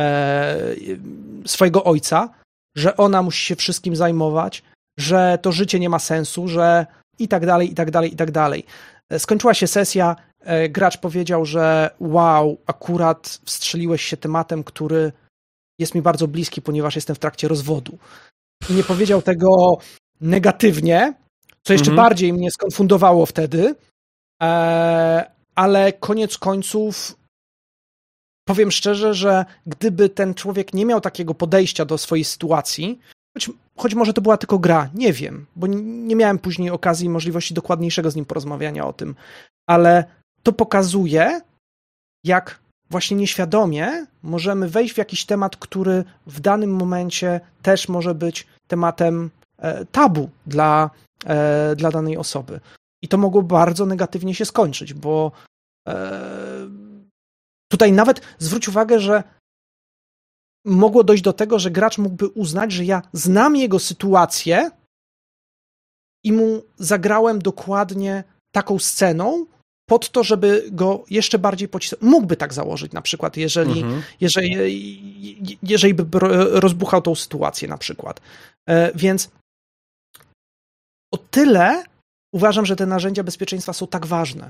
swojego ojca, że ona musi się wszystkim zajmować, że to życie nie ma sensu, że i tak dalej, i tak dalej, i tak dalej. Skończyła się sesja, gracz powiedział, że wow, akurat wstrzeliłeś się tematem, który jest mi bardzo bliski, ponieważ jestem w trakcie rozwodu. I nie powiedział tego negatywnie, co jeszcze mhm. bardziej mnie skonfundowało wtedy, ale koniec końców powiem szczerze, że gdyby ten człowiek nie miał takiego podejścia do swojej sytuacji, choć, choć może to była tylko gra, nie wiem, bo nie miałem później okazji i możliwości dokładniejszego z nim porozmawiania o tym, ale to pokazuje, jak właśnie nieświadomie możemy wejść w jakiś temat, który w danym momencie też może być tematem e, tabu dla, e, dla danej osoby. I to mogło bardzo negatywnie się skończyć, bo e, tutaj nawet zwróć uwagę, że mogło dojść do tego, że gracz mógłby uznać, że ja znam jego sytuację i mu zagrałem dokładnie taką sceną pod to, żeby go jeszcze bardziej pocisnąć. Mógłby tak założyć na przykład, jeżeli, mhm. jeżeli, jeżeli by rozbuchał tą sytuację na przykład. Więc o tyle uważam, że te narzędzia bezpieczeństwa są tak ważne.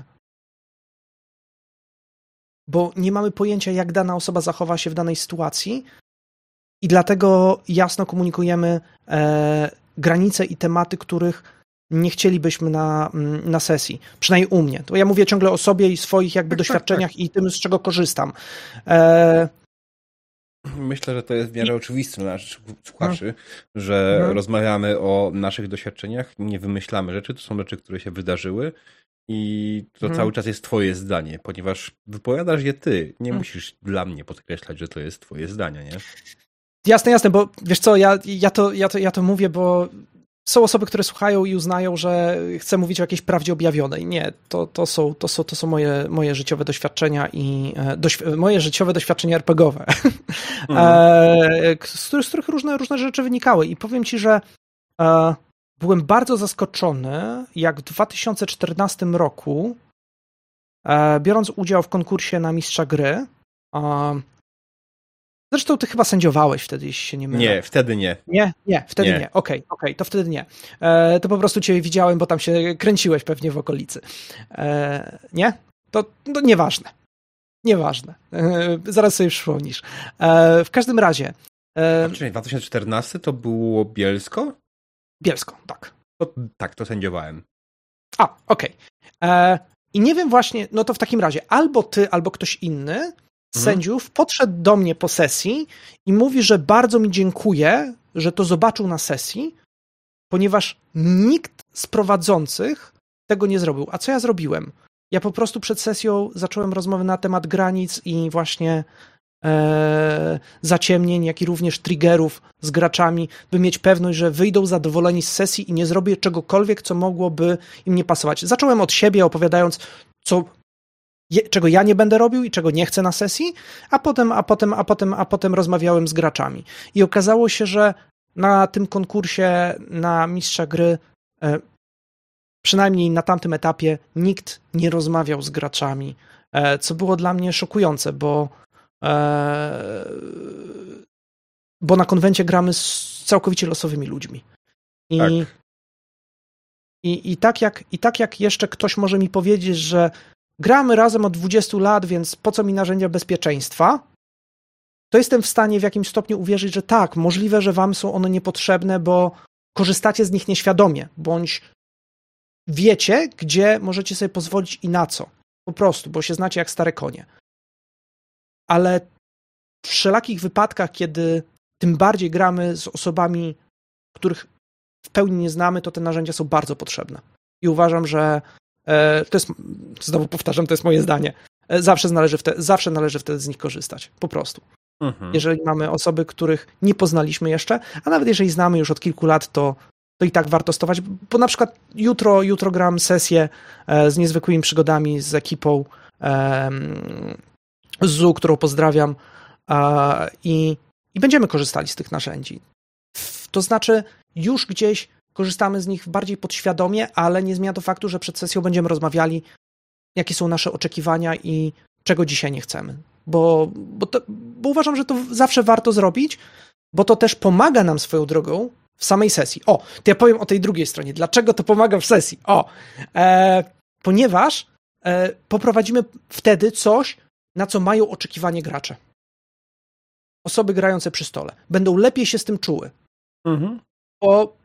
Bo nie mamy pojęcia, jak dana osoba zachowa się w danej sytuacji i dlatego jasno komunikujemy e, granice i tematy, których nie chcielibyśmy na, na sesji. Przynajmniej u mnie. To ja mówię ciągle o sobie i swoich jakby tak, doświadczeniach tak, tak. i tym, z czego korzystam. E... Myślę, że to jest w miarę oczywiste dla naszych słuchaczy, hmm. że hmm. rozmawiamy o naszych doświadczeniach, nie wymyślamy rzeczy, to są rzeczy, które się wydarzyły i to hmm. cały czas jest twoje zdanie, ponieważ wypowiadasz je ty. Nie hmm. musisz dla mnie podkreślać, że to jest twoje zdanie, nie? Jasne, jasne, bo wiesz co, ja, ja, to, ja, to, ja to mówię, bo są osoby, które słuchają i uznają, że chcę mówić o jakiejś prawdzie objawionej. Nie, to, to są, to są, to są moje, moje życiowe doświadczenia i doświ- moje życiowe doświadczenia er pe gie owe, mhm. z, których, z których różne, różne rzeczy wynikały. I powiem ci, że e, byłem bardzo zaskoczony, jak w dwa tysiące czternastym roku, e, biorąc udział w konkursie na mistrza gry, e, zresztą ty chyba sędziowałeś wtedy, jeśli się nie mylę. Nie, wtedy nie. Nie? Nie, wtedy nie. nie. Okej, okay, okej, okay, to wtedy nie. E, to po prostu cię widziałem, bo tam się kręciłeś pewnie w okolicy. E, nie? To, to nieważne. Nieważne. E, zaraz sobie przypomnisz. E, w każdym razie... E, Czyli dwa tysiące czternasty to było Bielsko? Bielsko, tak. To, tak, to sędziowałem. A, okej. Okay. I nie wiem właśnie, no to w takim razie albo ty, albo ktoś inny sędziów podszedł do mnie po sesji i mówi, że bardzo mi dziękuję, że to zobaczył na sesji, ponieważ nikt z prowadzących tego nie zrobił. A co ja zrobiłem? Ja po prostu przed sesją zacząłem rozmowę na temat granic i właśnie e, zaciemnień, jak i również triggerów z graczami, by mieć pewność, że wyjdą zadowoleni z sesji i nie zrobię czegokolwiek, co mogłoby im nie pasować. Zacząłem od siebie, opowiadając, co czego ja nie będę robił i czego nie chcę na sesji, a potem, a potem, a potem, a potem rozmawiałem z graczami. I okazało się, że na tym konkursie na mistrza gry, e, przynajmniej na tamtym etapie, nikt nie rozmawiał z graczami, e, co było dla mnie szokujące, bo e, bo na konwencie gramy z całkowicie losowymi ludźmi. I tak. I, i, tak jak, I tak jak jeszcze ktoś może mi powiedzieć, że gramy razem od dwudziestu lat, więc po co mi narzędzia bezpieczeństwa? To jestem w stanie w jakimś stopniu uwierzyć, że tak, możliwe, że wam są one niepotrzebne, bo korzystacie z nich nieświadomie, bądź wiecie, gdzie możecie sobie pozwolić i na co. Po prostu, bo się znacie jak stare konie. Ale w wszelakich wypadkach, kiedy tym bardziej gramy z osobami, których w pełni nie znamy, to te narzędzia są bardzo potrzebne. I uważam, że to jest, znowu powtarzam, to jest moje zdanie, zawsze należy, wtedy, zawsze należy wtedy z nich korzystać. Po prostu. Mhm. Jeżeli mamy osoby, których nie poznaliśmy jeszcze, a nawet jeżeli znamy już od kilku lat, to, to i tak warto stosować, bo na przykład jutro, jutro gram sesję z niezwykłymi przygodami z ekipą z Z U, którą pozdrawiam i, i będziemy korzystali z tych narzędzi. To znaczy już gdzieś korzystamy z nich bardziej podświadomie, ale nie zmienia to faktu, że przed sesją będziemy rozmawiali, jakie są nasze oczekiwania i czego dzisiaj nie chcemy. Bo, bo, to, bo uważam, że to zawsze warto zrobić, bo to też pomaga nam swoją drogą w samej sesji. O, to ja powiem o tej drugiej stronie. Dlaczego to pomaga w sesji? O, e, ponieważ e, poprowadzimy wtedy coś, na co mają oczekiwanie gracze. Osoby grające przy stole. Będą lepiej się z tym czuły. Mhm. Bo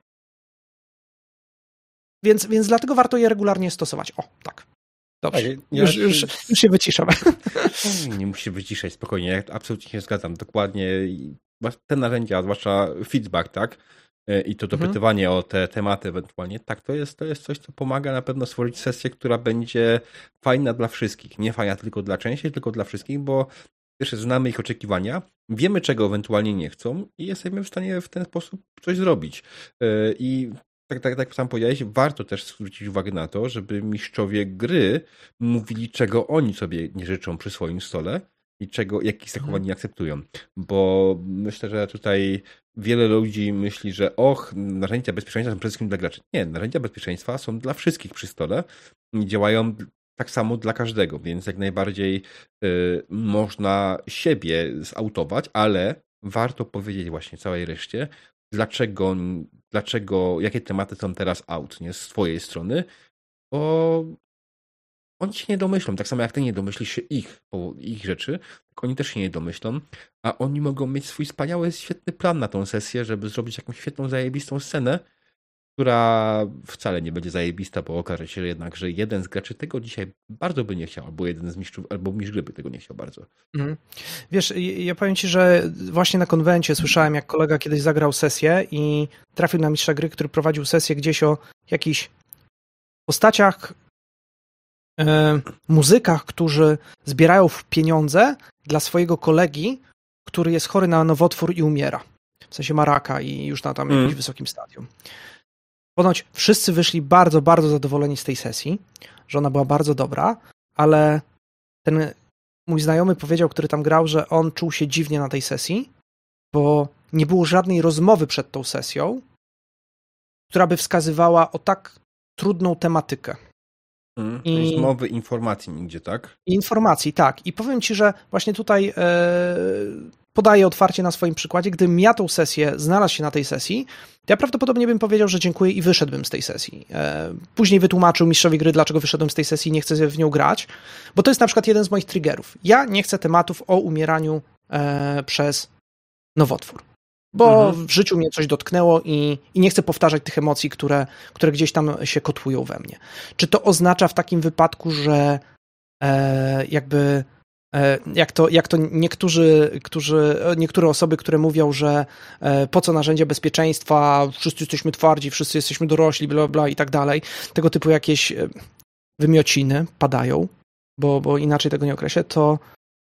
Więc, więc dlatego warto je regularnie stosować. O, tak. Dobrze. Ja, ja już, już, już się wyciszam. Nie musi wyciszać, spokojnie. Ja absolutnie się zgadzam. Dokładnie. Te narzędzia, zwłaszcza feedback, tak? I to dopytywanie mhm. o te tematy ewentualnie. Tak, to jest, to jest coś, co pomaga na pewno stworzyć sesję, która będzie fajna dla wszystkich. Nie fajna tylko dla części, tylko dla wszystkich, bo pierwsze znamy ich oczekiwania, wiemy, czego ewentualnie nie chcą i jesteśmy w stanie w ten sposób coś zrobić. I Tak, tak, tak sam powiedziałeś, warto też zwrócić uwagę na to, żeby mistrzowie gry mówili, czego oni sobie nie życzą przy swoim stole, i czego, jakich zachowań nie akceptują. Bo myślę, że tutaj wiele ludzi myśli, że och, narzędzia bezpieczeństwa są przede wszystkim dla graczy. Nie, narzędzia bezpieczeństwa są dla wszystkich przy stole i działają tak samo dla każdego, więc jak najbardziej y, można siebie zautować, ale warto powiedzieć właśnie całej reszcie, dlaczego, dlaczego, jakie tematy są teraz out, nie, z twojej strony, bo oni się nie domyślą, tak samo jak ty nie domyślisz się ich, po ich rzeczy, tak oni też się nie domyślą, a oni mogą mieć swój wspaniały, świetny plan na tą sesję, żeby zrobić jakąś świetną, zajebistą scenę, która wcale nie będzie zajebista, bo okaże się jednak, że jeden z graczy tego dzisiaj bardzo by nie chciał, albo jeden z mistrzów, albo mistrz gry by tego nie chciał bardzo. Mhm. Wiesz, ja powiem ci, że właśnie na konwencie słyszałem, jak kolega kiedyś zagrał sesję i trafił na mistrza gry, który prowadził sesję gdzieś o jakichś postaciach, e, muzykach, którzy zbierają pieniądze dla swojego kolegi, który jest chory na nowotwór i umiera. W sensie ma raka i już na tam jakimś mm. wysokim stadium. Ponoć wszyscy wyszli bardzo, bardzo zadowoleni z tej sesji, że ona była bardzo dobra, ale ten mój znajomy powiedział, który tam grał, że on czuł się dziwnie na tej sesji, bo nie było żadnej rozmowy przed tą sesją, która by wskazywała o tak trudną tematykę. Hmm, I rozmowy, informacji nigdzie, tak? Informacji, tak. I powiem ci, że właśnie tutaj e, podaję otwarcie na swoim przykładzie, gdybym ja tą sesję znalazł się na tej sesji, to ja prawdopodobnie bym powiedział, że dziękuję i wyszedłbym z tej sesji. E, później wytłumaczył mistrzowi gry, dlaczego wyszedłem z tej sesji i nie chcę w nią grać, bo to jest na przykład jeden z moich triggerów. Ja nie chcę tematów o umieraniu e, przez nowotwór. Bo mhm. w życiu mnie coś dotknęło i, i nie chcę powtarzać tych emocji, które, które gdzieś tam się kotłują we mnie. Czy to oznacza w takim wypadku, że e, jakby e, jak to, jak to niektórzy, którzy, niektóre osoby, które mówią, że e, po co narzędzia bezpieczeństwa, wszyscy jesteśmy twardzi, wszyscy jesteśmy dorośli, bla, bla i tak dalej, tego typu jakieś wymiociny padają, bo, bo inaczej tego nie określę, to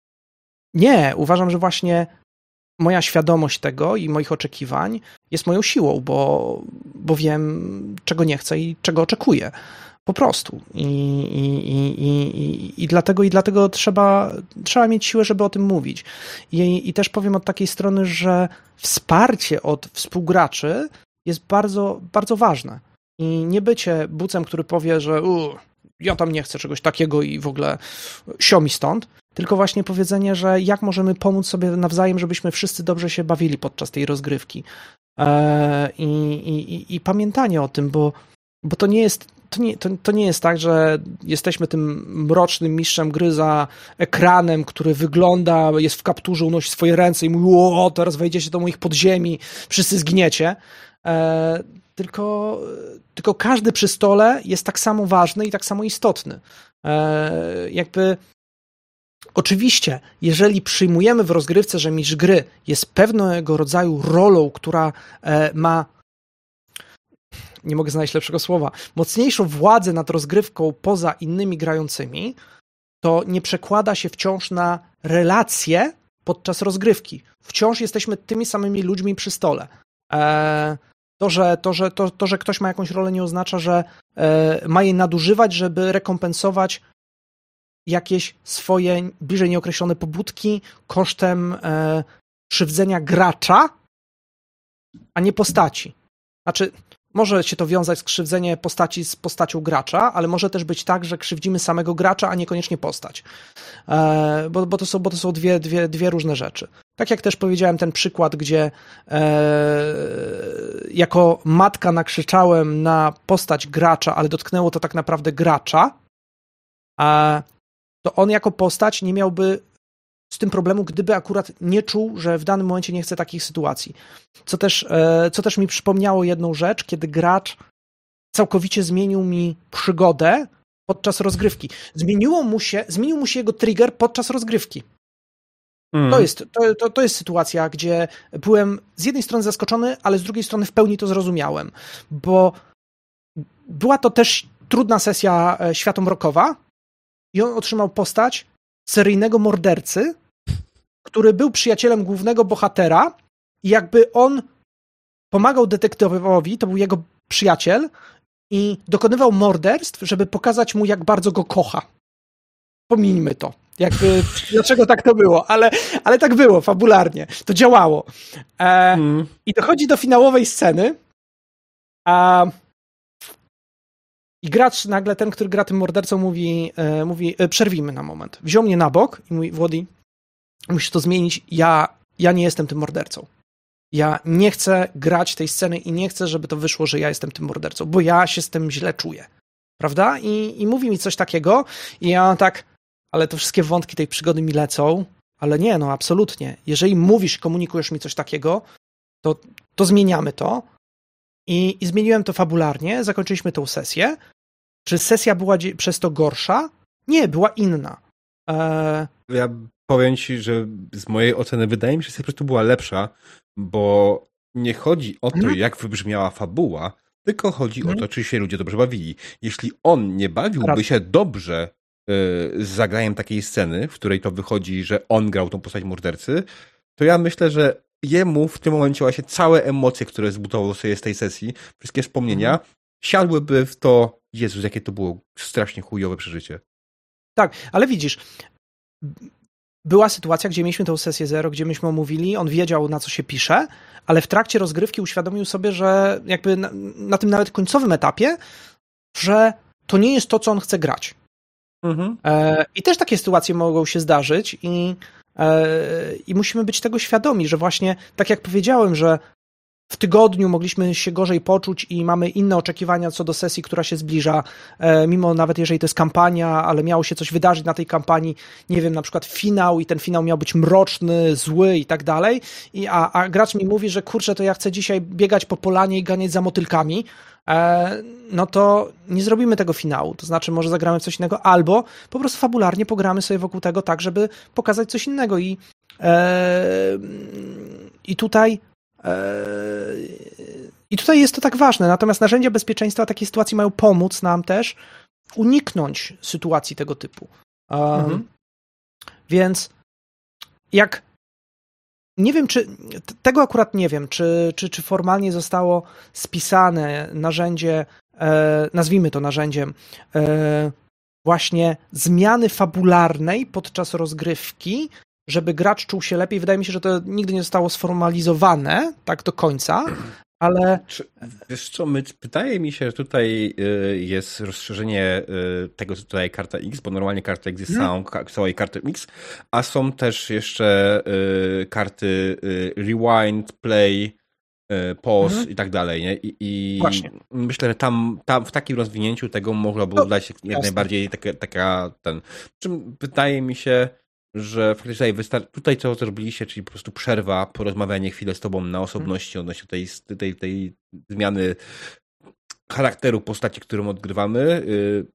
nie, uważam, że właśnie moja świadomość tego i moich oczekiwań jest moją siłą, bo, bo wiem, czego nie chcę i czego oczekuję. Po prostu. I, i, i, i, i dlatego, i dlatego trzeba, trzeba mieć siłę, żeby o tym mówić. I, I też powiem od takiej strony, że wsparcie od współgraczy jest bardzo, bardzo ważne. I nie bycie bucem, który powie, że u, ja tam nie chcę czegoś takiego i w ogóle sio mi stąd, tylko właśnie powiedzenie, że jak możemy pomóc sobie nawzajem, żebyśmy wszyscy dobrze się bawili podczas tej rozgrywki. I, i, i pamiętanie o tym, bo, bo to nie jest to nie, to, to nie jest tak, że jesteśmy tym mrocznym mistrzem gry za ekranem, który wygląda, jest w kapturze, unosi swoje ręce i mówi, o, teraz wejdziecie do moich podziemi, wszyscy zginiecie. E, tylko, tylko każdy przy stole jest tak samo ważny i tak samo istotny. E, jakby oczywiście, jeżeli przyjmujemy w rozgrywce, że mistrz gry jest pewnego rodzaju rolą, która e, ma, nie mogę znaleźć lepszego słowa, mocniejszą władzę nad rozgrywką poza innymi grającymi, to nie przekłada się wciąż na relacje podczas rozgrywki. Wciąż jesteśmy tymi samymi ludźmi przy stole. E, to, że, to, że, to, to, że ktoś ma jakąś rolę, nie oznacza, że e, ma jej nadużywać, żeby rekompensować jakieś swoje bliżej nieokreślone pobudki kosztem e, krzywdzenia gracza, a nie postaci. Znaczy, może się to wiązać z krzywdzenie postaci z postacią gracza, ale może też być tak, że krzywdzimy samego gracza, a niekoniecznie postać. E, bo, bo to są, bo to są dwie, dwie, dwie różne rzeczy. Tak jak też powiedziałem ten przykład, gdzie e, jako matka nakrzyczałem na postać gracza, ale dotknęło to tak naprawdę gracza, a to on jako postać nie miałby z tym problemu, gdyby akurat nie czuł, że w danym momencie nie chce takich sytuacji. Co też, co też mi przypomniało jedną rzecz, kiedy gracz całkowicie zmienił mi przygodę podczas rozgrywki. Zmieniło mu się, zmienił mu się jego trigger podczas rozgrywki. Mm. To jest, to, to, to jest sytuacja, gdzie byłem z jednej strony zaskoczony, ale z drugiej strony w pełni to zrozumiałem, bo była to też trudna sesja światomrokowa i on otrzymał postać seryjnego mordercy, który był przyjacielem głównego bohatera i jakby on pomagał detektywowi, to był jego przyjaciel i dokonywał morderstw, żeby pokazać mu, jak bardzo go kocha. pomińmy to. Jakby, dlaczego tak to było, ale, ale tak było, fabularnie. To działało. E, hmm. I dochodzi do finałowej sceny, a i gracz nagle, ten, który gra tym mordercą, mówi, e, mówi e, przerwijmy na moment. Wziął mnie na bok i mówi, Włody, musisz to zmienić, ja, ja nie jestem tym mordercą. Ja nie chcę grać tej sceny i nie chcę, żeby to wyszło, że ja jestem tym mordercą, bo ja się z tym źle czuję. Prawda? I, i mówi mi coś takiego i ja tak, ale to wszystkie wątki tej przygody mi lecą, ale nie, no absolutnie. Jeżeli mówisz, komunikujesz mi coś takiego, to, to zmieniamy to. I, I zmieniłem to fabularnie, zakończyliśmy tą sesję. Czy sesja była przez to gorsza? Nie, była inna. E... Ja powiem ci, że z mojej oceny wydaje mi się, że sesja po prostu była lepsza, bo nie chodzi o to, hmm. jak wybrzmiała fabuła, tylko chodzi hmm. o to, czy się ludzie dobrze bawili. Jeśli on nie bawiłby Rad. się dobrze z zagraniem takiej sceny, w której to wychodzi, że on grał tą postać mordercy, to ja myślę, że jemu w tym momencie właśnie całe emocje, które zbudował sobie z tej sesji, wszystkie wspomnienia, mm. siadłyby w to, Jezus, jakie to było strasznie chujowe przeżycie. Tak, ale widzisz, była sytuacja, gdzie mieliśmy tę sesję zero, gdzie myśmy omówili, on wiedział, na co się pisze, ale w trakcie rozgrywki uświadomił sobie, że jakby na, na tym nawet końcowym etapie, że to nie jest to, co on chce grać. Mhm. E, I też takie sytuacje mogą się zdarzyć i, e, i musimy być tego świadomi, że właśnie, tak jak powiedziałem, że w tygodniu mogliśmy się gorzej poczuć i mamy inne oczekiwania co do sesji, która się zbliża, e, mimo nawet jeżeli to jest kampania, ale miało się coś wydarzyć na tej kampanii, nie wiem, na przykład finał i ten finał miał być mroczny, zły i tak dalej, I, a, a gracz mi mówi, że kurczę, to ja chcę dzisiaj biegać po polanie i ganiać za motylkami, e, no to nie zrobimy tego finału, to znaczy może zagramy coś innego, albo po prostu fabularnie pogramy sobie wokół tego tak, żeby pokazać coś innego i, e, i tutaj I tutaj jest to tak ważne, natomiast narzędzia bezpieczeństwa takiej sytuacji mają pomóc nam też uniknąć sytuacji tego typu. Um, mhm. Więc jak nie wiem, czy tego akurat nie wiem, czy, czy, czy formalnie zostało spisane narzędzie, e, nazwijmy to narzędziem, e, właśnie zmiany fabularnej podczas rozgrywki, żeby gracz czuł się lepiej. Wydaje mi się, że to nigdy nie zostało sformalizowane tak do końca, ale... Wiesz co, my, wydaje mi się, że tutaj jest rozszerzenie tego, co tutaj karta X, bo normalnie karta X jest całą, całej karty X, a są też jeszcze karty rewind, play, pause mhm. i tak dalej, nie? I, i myślę, że tam, tam w takim rozwinięciu tego mogła było no, dać jak jasne. najbardziej taka, taka ten... Czym wydaje mi się, że faktycznie tutaj, tutaj co zrobiliście, czyli po prostu przerwa, porozmawianie chwilę z tobą na osobności odnośnie tej, tej, tej zmiany charakteru postaci, którą odgrywamy,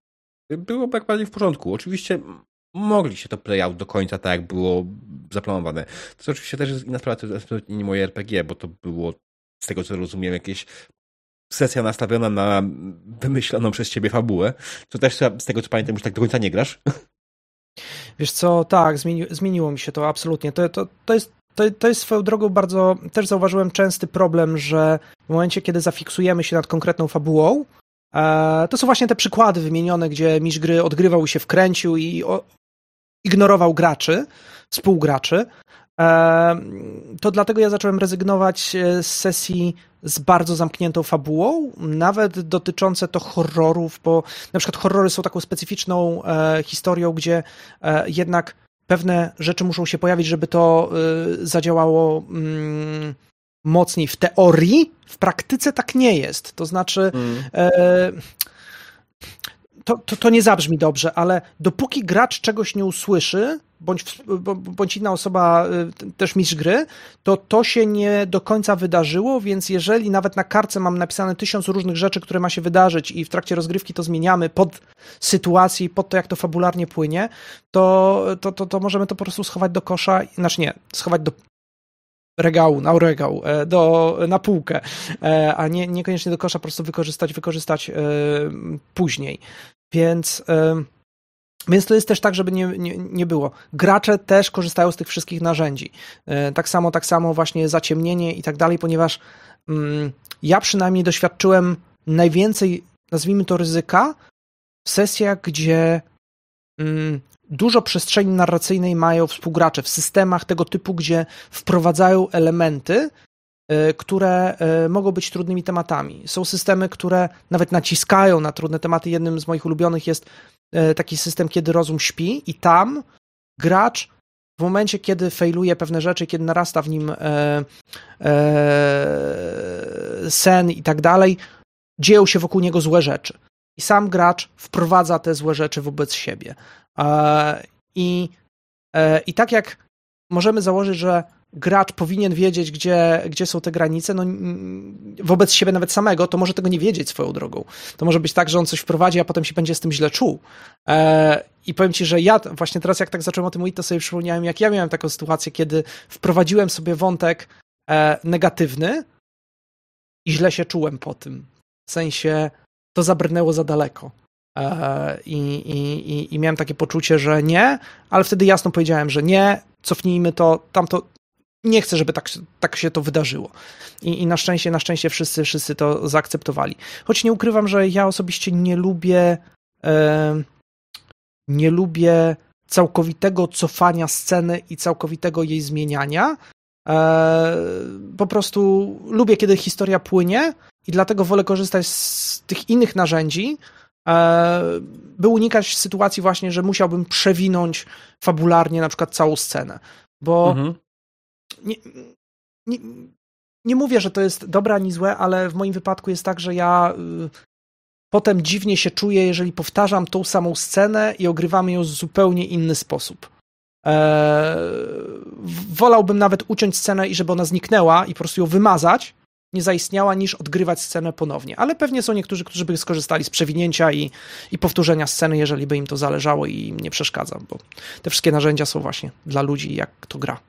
było jak bardziej w porządku. Oczywiście mogliście to play out do końca, tak jak było zaplanowane. To oczywiście też jest inna sprawa, to jest absolutnie nie moje R P G, bo to było, z tego co rozumiem, jakieś sesja nastawiona na wymyśloną przez ciebie fabułę, co też z tego co pamiętam już tak do końca nie grasz. Wiesz co, tak, zmieni, zmieniło mi się to absolutnie. To, to, to, jest, to, to jest swoją drogą bardzo, też zauważyłem częsty problem, że w momencie, kiedy zafiksujemy się nad konkretną fabułą, e, to są właśnie te przykłady wymienione, gdzie mistrz gry odgrywał i się wkręcił i o, ignorował graczy, współgraczy. E, to dlatego ja zacząłem rezygnować z sesji z bardzo zamkniętą fabułą, nawet dotyczące to horrorów, bo na przykład horrory są taką specyficzną e, historią, gdzie e, jednak pewne rzeczy muszą się pojawić, żeby to e, zadziałało mm, mocniej w teorii. W praktyce tak nie jest. To znaczy mm. e, to, to, to nie zabrzmi dobrze, ale dopóki gracz czegoś nie usłyszy, bądź, bądź inna osoba, też mistrz gry, to to się nie do końca wydarzyło, więc jeżeli nawet na kartce mam napisane tysiąc różnych rzeczy, które ma się wydarzyć i w trakcie rozgrywki to zmieniamy pod sytuację, pod to, jak to fabularnie płynie, to, to, to, to możemy to po prostu schować do kosza, znaczy nie, schować do regału, na regał, do, na półkę, a nie, niekoniecznie do kosza, po prostu wykorzystać, wykorzystać później. Więc Więc to jest też tak, żeby nie, nie, nie było. Gracze też korzystają z tych wszystkich narzędzi. Tak samo, tak samo właśnie zaciemnienie i tak dalej, ponieważ mm, ja przynajmniej doświadczyłem najwięcej, nazwijmy to ryzyka, w sesjach, gdzie dużo przestrzeni narracyjnej mają współgracze w systemach tego typu, gdzie wprowadzają elementy, które mogą być trudnymi tematami. Są systemy, które nawet naciskają na trudne tematy. Jednym z moich ulubionych jest taki system, kiedy rozum śpi i tam gracz w momencie, kiedy fejluje pewne rzeczy, kiedy narasta w nim e, e, sen i tak dalej, dzieją się wokół niego złe rzeczy. I sam gracz wprowadza te złe rzeczy wobec siebie. E, i, e, I tak jak możemy założyć, że gracz powinien wiedzieć, gdzie, gdzie są te granice, no wobec siebie nawet samego, to może tego nie wiedzieć swoją drogą. To może być tak, że on coś wprowadzi, a potem się będzie z tym źle czuł. E, I powiem ci, że ja właśnie teraz, jak tak zacząłem o tym mówić, to sobie przypomniałem, jak ja miałem taką sytuację, kiedy wprowadziłem sobie wątek e, negatywny i źle się czułem po tym. W sensie to zabrnęło za daleko. E, i, i, I miałem takie poczucie, że nie, ale wtedy jasno powiedziałem, że nie, cofnijmy to, tamto. Nie chcę, żeby tak, tak się to wydarzyło. I, i na szczęście, na szczęście wszyscy, wszyscy to zaakceptowali. Choć nie ukrywam, że ja osobiście nie lubię e, nie lubię całkowitego cofania sceny i całkowitego jej zmieniania. E, po prostu lubię, kiedy historia płynie i dlatego wolę korzystać z tych innych narzędzi, e, by unikać sytuacji właśnie, że musiałbym przewinąć fabularnie na przykład całą scenę. Bo mhm. Nie, nie, nie mówię, że to jest dobre ani złe, ale w moim wypadku jest tak, że ja y, potem dziwnie się czuję, jeżeli powtarzam tą samą scenę i ogrywamy ją w zupełnie inny sposób. E, wolałbym nawet uciąć scenę i żeby ona zniknęła i po prostu ją wymazać, nie zaistniała, niż odgrywać scenę ponownie. Ale pewnie są niektórzy, którzy by skorzystali z przewinięcia i, i powtórzenia sceny, jeżeli by im to zależało i im nie przeszkadza, bo te wszystkie narzędzia są właśnie dla ludzi, jak to gra.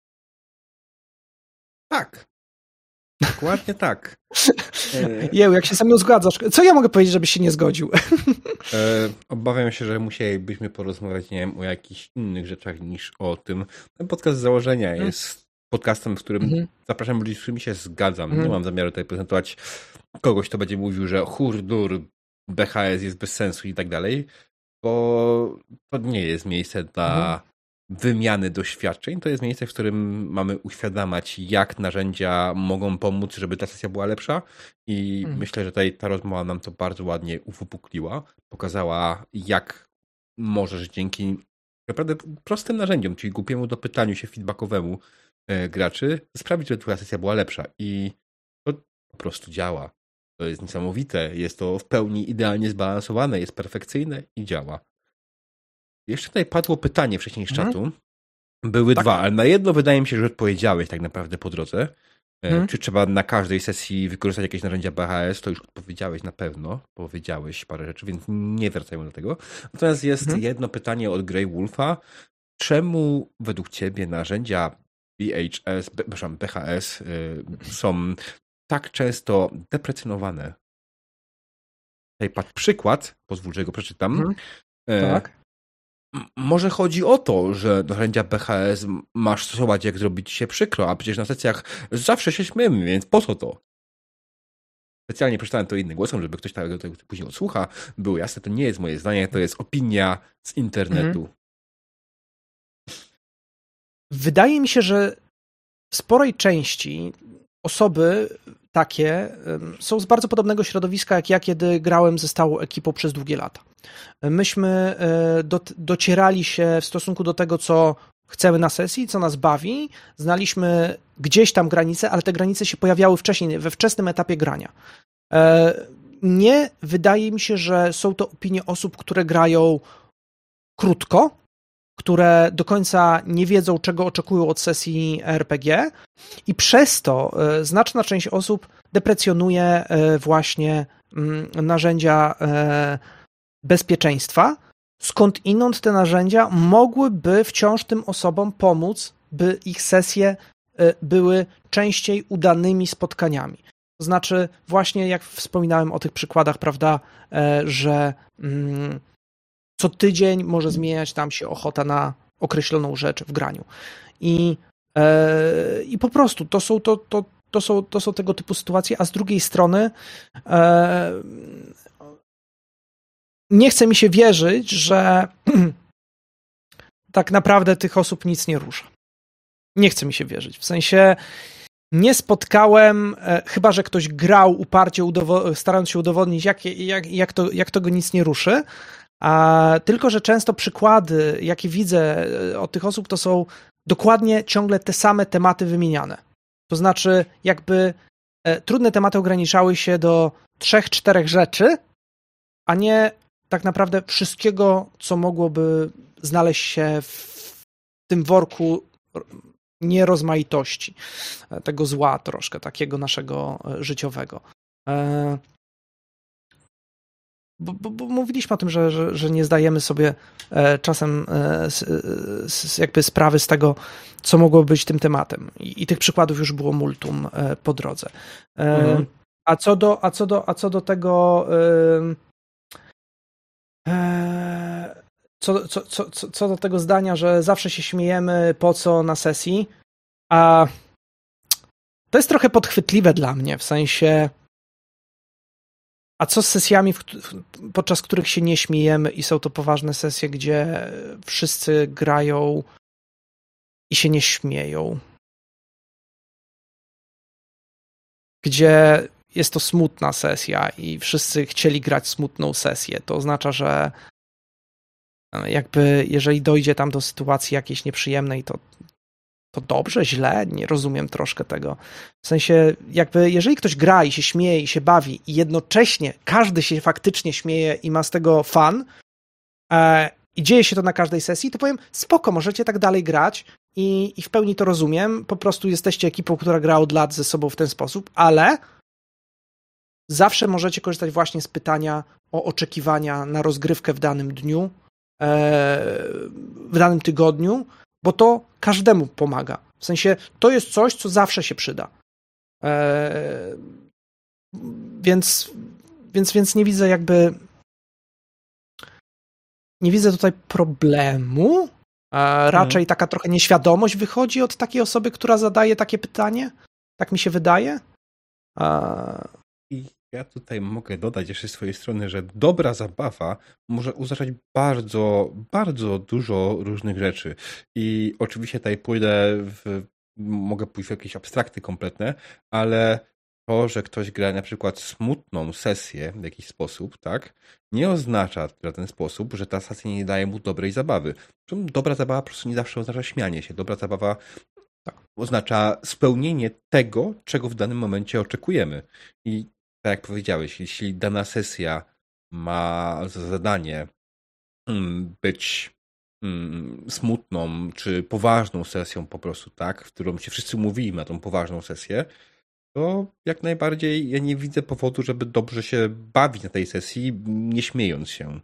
Tak. Dokładnie tak. Jeł, jak się ze mną zgadzasz, co ja mogę powiedzieć, żebyś się nie zgodził? E, obawiam się, że musielibyśmy porozmawiać, nie wiem, o jakichś innych rzeczach niż o tym. Ten podcast z założenia hmm. jest podcastem, w którym hmm. zapraszam ludzi, z którymi się zgadzam. Hmm. Nie mam zamiaru tutaj prezentować kogoś, kto będzie mówił, że hurdur, B H S jest bez sensu i tak dalej, bo to nie jest miejsce dla hmm. wymiany doświadczeń. To jest miejsce, w którym mamy uświadamiać, jak narzędzia mogą pomóc, żeby ta sesja była lepsza i hmm. myślę, że tutaj ta rozmowa nam to bardzo ładnie uwypukliła. Pokazała, jak możesz dzięki naprawdę prostym narzędziom, czyli głupiemu dopytaniu się feedbackowemu e, graczy, sprawić, żeby twoja sesja była lepsza i to po prostu działa. To jest niesamowite. Jest to w pełni idealnie zbalansowane, jest perfekcyjne i działa. Jeszcze tutaj padło pytanie wcześniej z czatu. Mhm. Były tak. dwa, ale na jedno wydaje mi się, że odpowiedziałeś tak naprawdę po drodze. Mhm. Czy trzeba na każdej sesji wykorzystać jakieś narzędzia B H S? To już odpowiedziałeś na pewno. Powiedziałeś parę rzeczy, więc nie wracajmy do tego. Natomiast jest mhm. jedno pytanie od Grey Wolfa. Czemu według ciebie narzędzia B H S, B, przepraszam, B H S y, są tak często deprecjonowane? Tutaj padł przykład, pozwól, że go przeczytam. Mhm. Tak. Może chodzi o to, że narzędzia B H S masz stosować, jak zrobić się przykro, a przecież na sesjach zawsze się śmiemy, więc po co to? Specjalnie przeczytałem to innym głosem, żeby ktoś tego, tego później odsłucha. Było jasne, to nie jest moje zdanie, to jest opinia z internetu. Mhm. Wydaje mi się, że w sporej części osoby takie są z bardzo podobnego środowiska jak ja, kiedy grałem ze stałą ekipą przez długie lata. Myśmy do, docierali się w stosunku do tego, co chcemy na sesji, co nas bawi. Znaliśmy gdzieś tam granice, ale te granice się pojawiały wcześniej, we wczesnym etapie grania. Nie wydaje mi się, że są to opinie osób, które grają krótko, które do końca nie wiedzą, czego oczekują od sesji R P G i przez to znaczna część osób deprecjonuje właśnie narzędzia bezpieczeństwa, skąd inąd te narzędzia mogłyby wciąż tym osobom pomóc, by ich sesje były częściej udanymi spotkaniami. To znaczy właśnie jak wspominałem o tych przykładach, prawda, że co tydzień może zmieniać tam się ochota na określoną rzecz w graniu. I, e, i po prostu to są, to, to, to, są, to są tego typu sytuacje, a z drugiej strony e, nie chce mi się wierzyć, że tak naprawdę tych osób nic nie rusza. Nie chce mi się wierzyć. W sensie nie spotkałem, e, chyba że ktoś grał uparcie, udowo- starając się udowodnić, jak, jak, jak, to, jak to go nic nie ruszy. A tylko że często przykłady, jakie widzę od tych osób, to są dokładnie ciągle te same tematy wymieniane. To znaczy, jakby e, trudne tematy ograniczały się do trzech, czterech rzeczy, a nie tak naprawdę wszystkiego, co mogłoby znaleźć się w tym worku nierozmaitości, tego zła troszkę, takiego naszego życiowego. E, Bo, bo, bo mówiliśmy o tym, że, że, że nie zdajemy sobie e, czasem e, s, s, jakby sprawy z tego, co mogło być tym tematem. I, i tych przykładów już było multum e, po drodze. E, mhm. a, co do, a, co do, a co do tego e, e, co, co, co, co, co do tego zdania, że zawsze się śmiejemy, po co na sesji, a to jest trochę podchwytliwe dla mnie, w sensie a co z sesjami, w, podczas których się nie śmiejemy i są to poważne sesje, gdzie wszyscy grają i się nie śmieją? Gdzie jest to smutna sesja i wszyscy chcieli grać smutną sesję. To oznacza, że jakby jeżeli dojdzie tam do sytuacji jakiejś nieprzyjemnej, to to dobrze, źle, nie rozumiem troszkę tego. W sensie, jakby jeżeli ktoś gra i się śmieje i się bawi i jednocześnie każdy się faktycznie śmieje i ma z tego fan e, i dzieje się to na każdej sesji, to powiem, spoko, możecie tak dalej grać i, i w pełni to rozumiem, po prostu jesteście ekipą, która gra od lat ze sobą w ten sposób, ale zawsze możecie korzystać właśnie z pytania o oczekiwania na rozgrywkę w danym dniu, e, w danym tygodniu, bo to każdemu pomaga. W sensie to jest coś, co zawsze się przyda. Eee, więc, więc, więc nie widzę jakby nie widzę tutaj problemu. Eee, raczej hmm. taka trochę nieświadomość wychodzi od takiej osoby, która zadaje takie pytanie. Tak mi się wydaje. Eee, I ja tutaj mogę dodać jeszcze z swojej strony, że dobra zabawa może oznaczać bardzo, bardzo dużo różnych rzeczy. I oczywiście tutaj pójdę w, mogę pójść w jakieś abstrakty kompletne, ale to, że ktoś gra na przykład smutną sesję w jakiś sposób, tak, nie oznacza w ten sposób, że ta sesja nie daje mu dobrej zabawy. Dobra zabawa po prostu nie zawsze oznacza śmianie się. Dobra zabawa oznacza spełnienie tego, czego w danym momencie oczekujemy. I tak jak powiedziałeś, jeśli dana sesja ma za zadanie być smutną czy poważną sesją po prostu, tak, w którą się wszyscy umówili na tą poważną sesję, to jak najbardziej ja nie widzę powodu, żeby dobrze się bawić na tej sesji, nie śmiejąc się.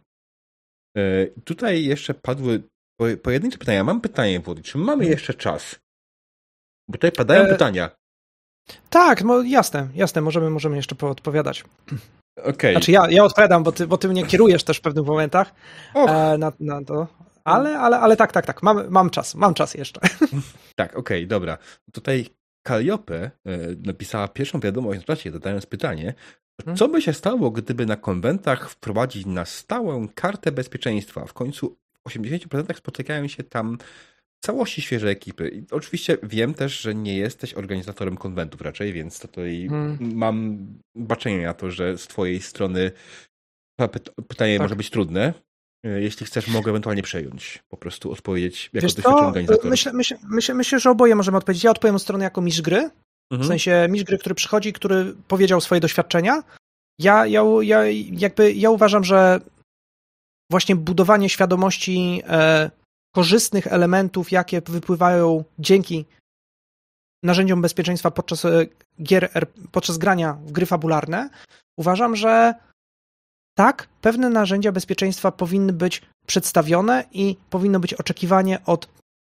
Tutaj jeszcze padły pojedyncze pytania. Mam pytanie, Włody, czy mamy jeszcze czas? Bo tutaj padają e... pytania. Tak, no jasne, jasne, możemy, możemy jeszcze poodpowiadać. Okay. Znaczy ja, ja odpowiadam, bo ty, bo ty mnie kierujesz też w pewnych momentach e, na, na to, ale, ale, ale tak, tak, tak, mam, mam czas, mam czas jeszcze. Tak, okej, okay, dobra. Tutaj Calliope napisała pierwszą wiadomość na czacie, dodając pytanie, co by się stało, gdyby na konwentach wprowadzić na stałą kartę bezpieczeństwa? W końcu w osiemdziesięciu procentach spotykają się tam w całości świeże ekipy. I oczywiście wiem też, że nie jesteś organizatorem konwentów raczej, więc tutaj hmm. mam baczenie na to, że z twojej strony pytanie tak. może być trudne. Jeśli chcesz, mogę ewentualnie przejąć. Po prostu odpowiedzieć jako doświadczony organizator. Myślę, myślę, myślę, myślę, że oboje możemy odpowiedzieć. Ja odpowiem od strony jako mistrz gry. Mhm. W sensie mistrz gry, który przychodzi, który powiedział swoje doświadczenia. Ja, ja, ja, jakby, ja uważam, że właśnie budowanie świadomości e, korzystnych elementów, jakie wypływają dzięki narzędziom bezpieczeństwa podczas gier, podczas grania w gry fabularne, uważam, że tak, pewne narzędzia bezpieczeństwa powinny być przedstawione i powinno być oczekiwanie od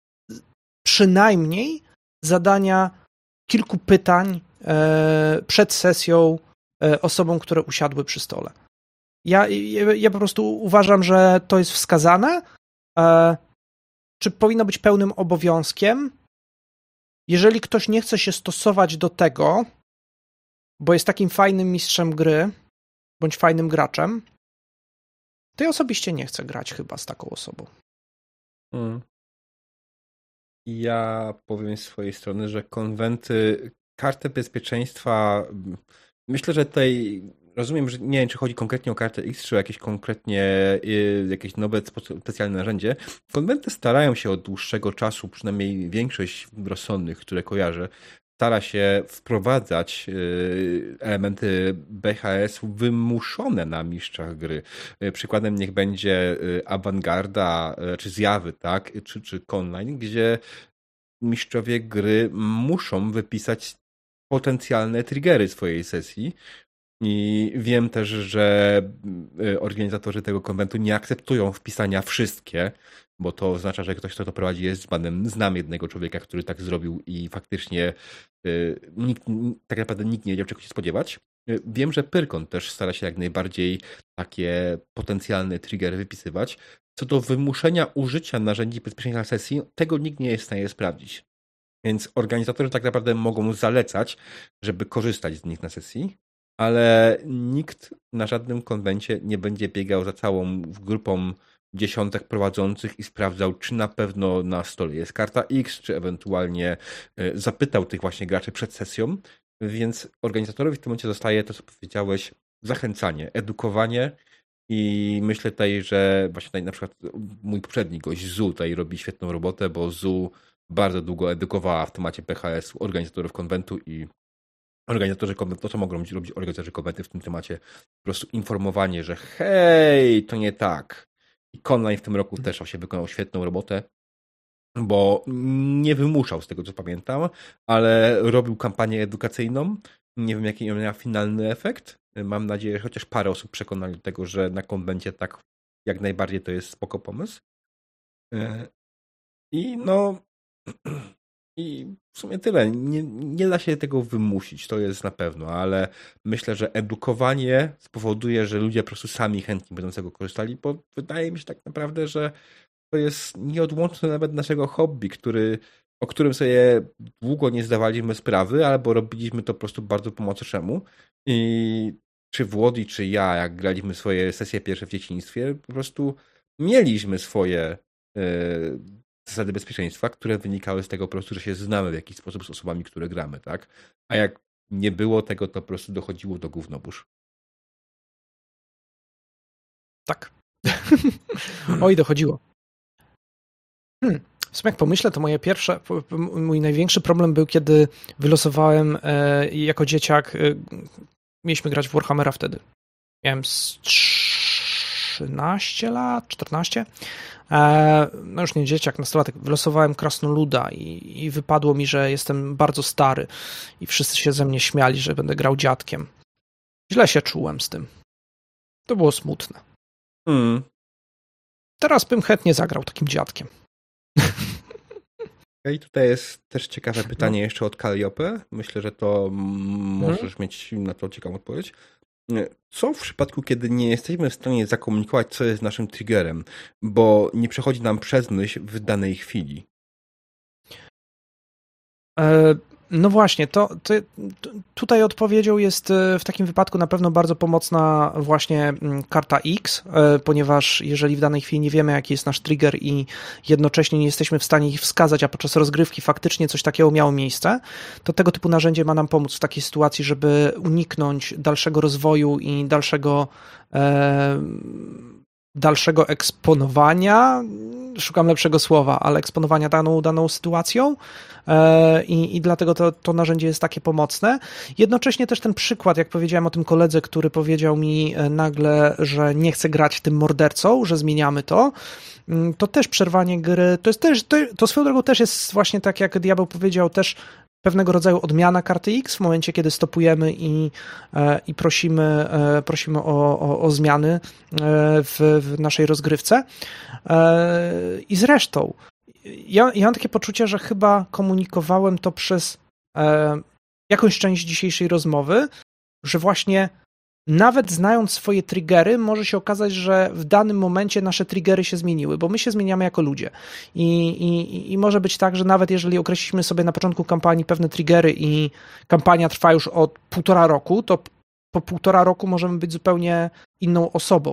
przynajmniej zadania kilku pytań e, przed sesją e, osobom, które usiadły przy stole. Ja, ja, ja po prostu uważam, że to jest wskazane. E, czy powinno być pełnym obowiązkiem? Jeżeli ktoś nie chce się stosować do tego, bo jest takim fajnym mistrzem gry, bądź fajnym graczem, to ja osobiście nie chcę grać chyba z taką osobą. Hmm. Ja powiem z swojej strony, że konwenty, kartę bezpieczeństwa, myślę, że tutaj rozumiem, że nie wiem, czy chodzi konkretnie o kartę X, czy o jakieś konkretnie y, jakieś nowe specjalne narzędzie. Konwenty starają się od dłuższego czasu, przynajmniej większość rozsądnych, które kojarzę, stara się wprowadzać y, elementy B H S-u wymuszone na mistrzach gry. Y, Przykładem niech będzie y, Awangarda, y, czy Zjawy, tak, czy, czy Conline, gdzie mistrzowie gry muszą wypisać potencjalne triggery swojej sesji. I wiem też, że y, organizatorzy tego konwentu nie akceptują wpisania wszystkie, bo to oznacza, że ktoś, kto to prowadzi, jest dzbanem. Znam jednego człowieka, który tak zrobił i faktycznie y, nikt, tak naprawdę nikt nie wiedział, czego się spodziewać. Y, Wiem, że Pyrkon też stara się jak najbardziej takie potencjalne triggery wypisywać. Co do wymuszenia użycia narzędzi bezpieczeństwa sesji, tego nikt nie jest w stanie sprawdzić. Więc organizatorzy tak naprawdę mogą zalecać, żeby korzystać z nich na sesji, ale nikt na żadnym konwencie nie będzie biegał za całą grupą dziesiątek prowadzących i sprawdzał, czy na pewno na stole jest karta X, czy ewentualnie y, zapytał tych właśnie graczy przed sesją. Więc organizatorowi w tym momencie zostaje to, co powiedziałeś, zachęcanie, edukowanie i myślę tutaj, że właśnie tutaj na przykład mój poprzedni gość Zu tutaj robi świetną robotę, bo Zu bardzo długo edukowała w temacie P H S-u organizatorów konwentu i organizatorzy konwentu, to co mogą robić, robić organizatorzy konwenty w tym temacie, po prostu informowanie, że hej, to nie tak. I Conline w tym roku też się wykonał świetną robotę, bo nie wymuszał z tego, co pamiętam, ale robił kampanię edukacyjną. Nie wiem, jaki miał finalny efekt. Mam nadzieję, że chociaż parę osób przekonali do tego, że na konwencie tak jak najbardziej to jest spoko pomysł. I no i w sumie tyle. Nie, nie da się tego wymusić, to jest na pewno, ale myślę, że edukowanie spowoduje, że ludzie po prostu sami chętnie będą z tego korzystali, bo wydaje mi się tak naprawdę, że to jest nieodłączne nawet naszego hobby, który, o którym sobie długo nie zdawaliśmy sprawy, albo robiliśmy to po prostu bardzo po macoszemu. I czy Włodi, czy ja, jak graliśmy swoje sesje pierwsze w dzieciństwie, po prostu mieliśmy swoje yy, zasady bezpieczeństwa, które wynikały z tego po prostu, że się znamy w jakiś sposób z osobami, które gramy, tak? A jak nie było tego, to po prostu dochodziło do gównobórz. Tak. Oj, dochodziło. Hmm. W sumie jak pomyślę, to moje pierwsze, mój największy problem był, kiedy wylosowałem e, jako dzieciak, e, mieliśmy grać w Warhammera wtedy. Miałem z trzynaście lat, czternaście. E, no już nie dzieciak, nastolatek. Wylosowałem krasnoluda i, i wypadło mi, że jestem bardzo stary i wszyscy się ze mnie śmiali, że będę grał dziadkiem. Źle się czułem z tym. To było smutne. Hmm. Teraz bym chętnie zagrał takim dziadkiem. I tutaj jest też ciekawe pytanie no. jeszcze od Kalliope. Myślę, że to możesz hmm. mieć na to ciekawą odpowiedź. Co w przypadku, kiedy nie jesteśmy w stanie zakomunikować, co jest naszym triggerem, bo nie przechodzi nam przez myśl w danej chwili? E, no właśnie, to, to, to tutaj odpowiedzią jest w takim wypadku na pewno bardzo pomocna właśnie karta X, e, ponieważ jeżeli w danej chwili nie wiemy, jaki jest nasz trigger i jednocześnie nie jesteśmy w stanie ich wskazać, a podczas rozgrywki faktycznie coś takiego miało miejsce, to tego typu narzędzie ma nam pomóc w takiej sytuacji, żeby uniknąć dalszego rozwoju i dalszego e, dalszego eksponowania, szukam lepszego słowa, ale eksponowania daną, daną sytuacją e, i, i dlatego to, to narzędzie jest takie pomocne. Jednocześnie też ten przykład, jak powiedziałem o tym koledze, który powiedział mi nagle, że nie chce grać tym mordercą, że zmieniamy to, to też przerwanie gry, to jest też, to, to swoją drogą też jest właśnie tak, jak Diabeł powiedział, też pewnego rodzaju odmiana karty X w momencie, kiedy stopujemy i, e, i prosimy, e, prosimy o, o, o zmiany e, w, w naszej rozgrywce. E, I zresztą ja, ja mam takie poczucie, że chyba komunikowałem to przez e, jakąś część dzisiejszej rozmowy, że właśnie nawet znając swoje triggery, może się okazać, że w danym momencie nasze triggery się zmieniły, bo my się zmieniamy jako ludzie. I, i, i może być tak, że nawet jeżeli określiliśmy sobie na początku kampanii pewne triggery i kampania trwa już od półtora roku, to po półtora roku możemy być zupełnie inną osobą.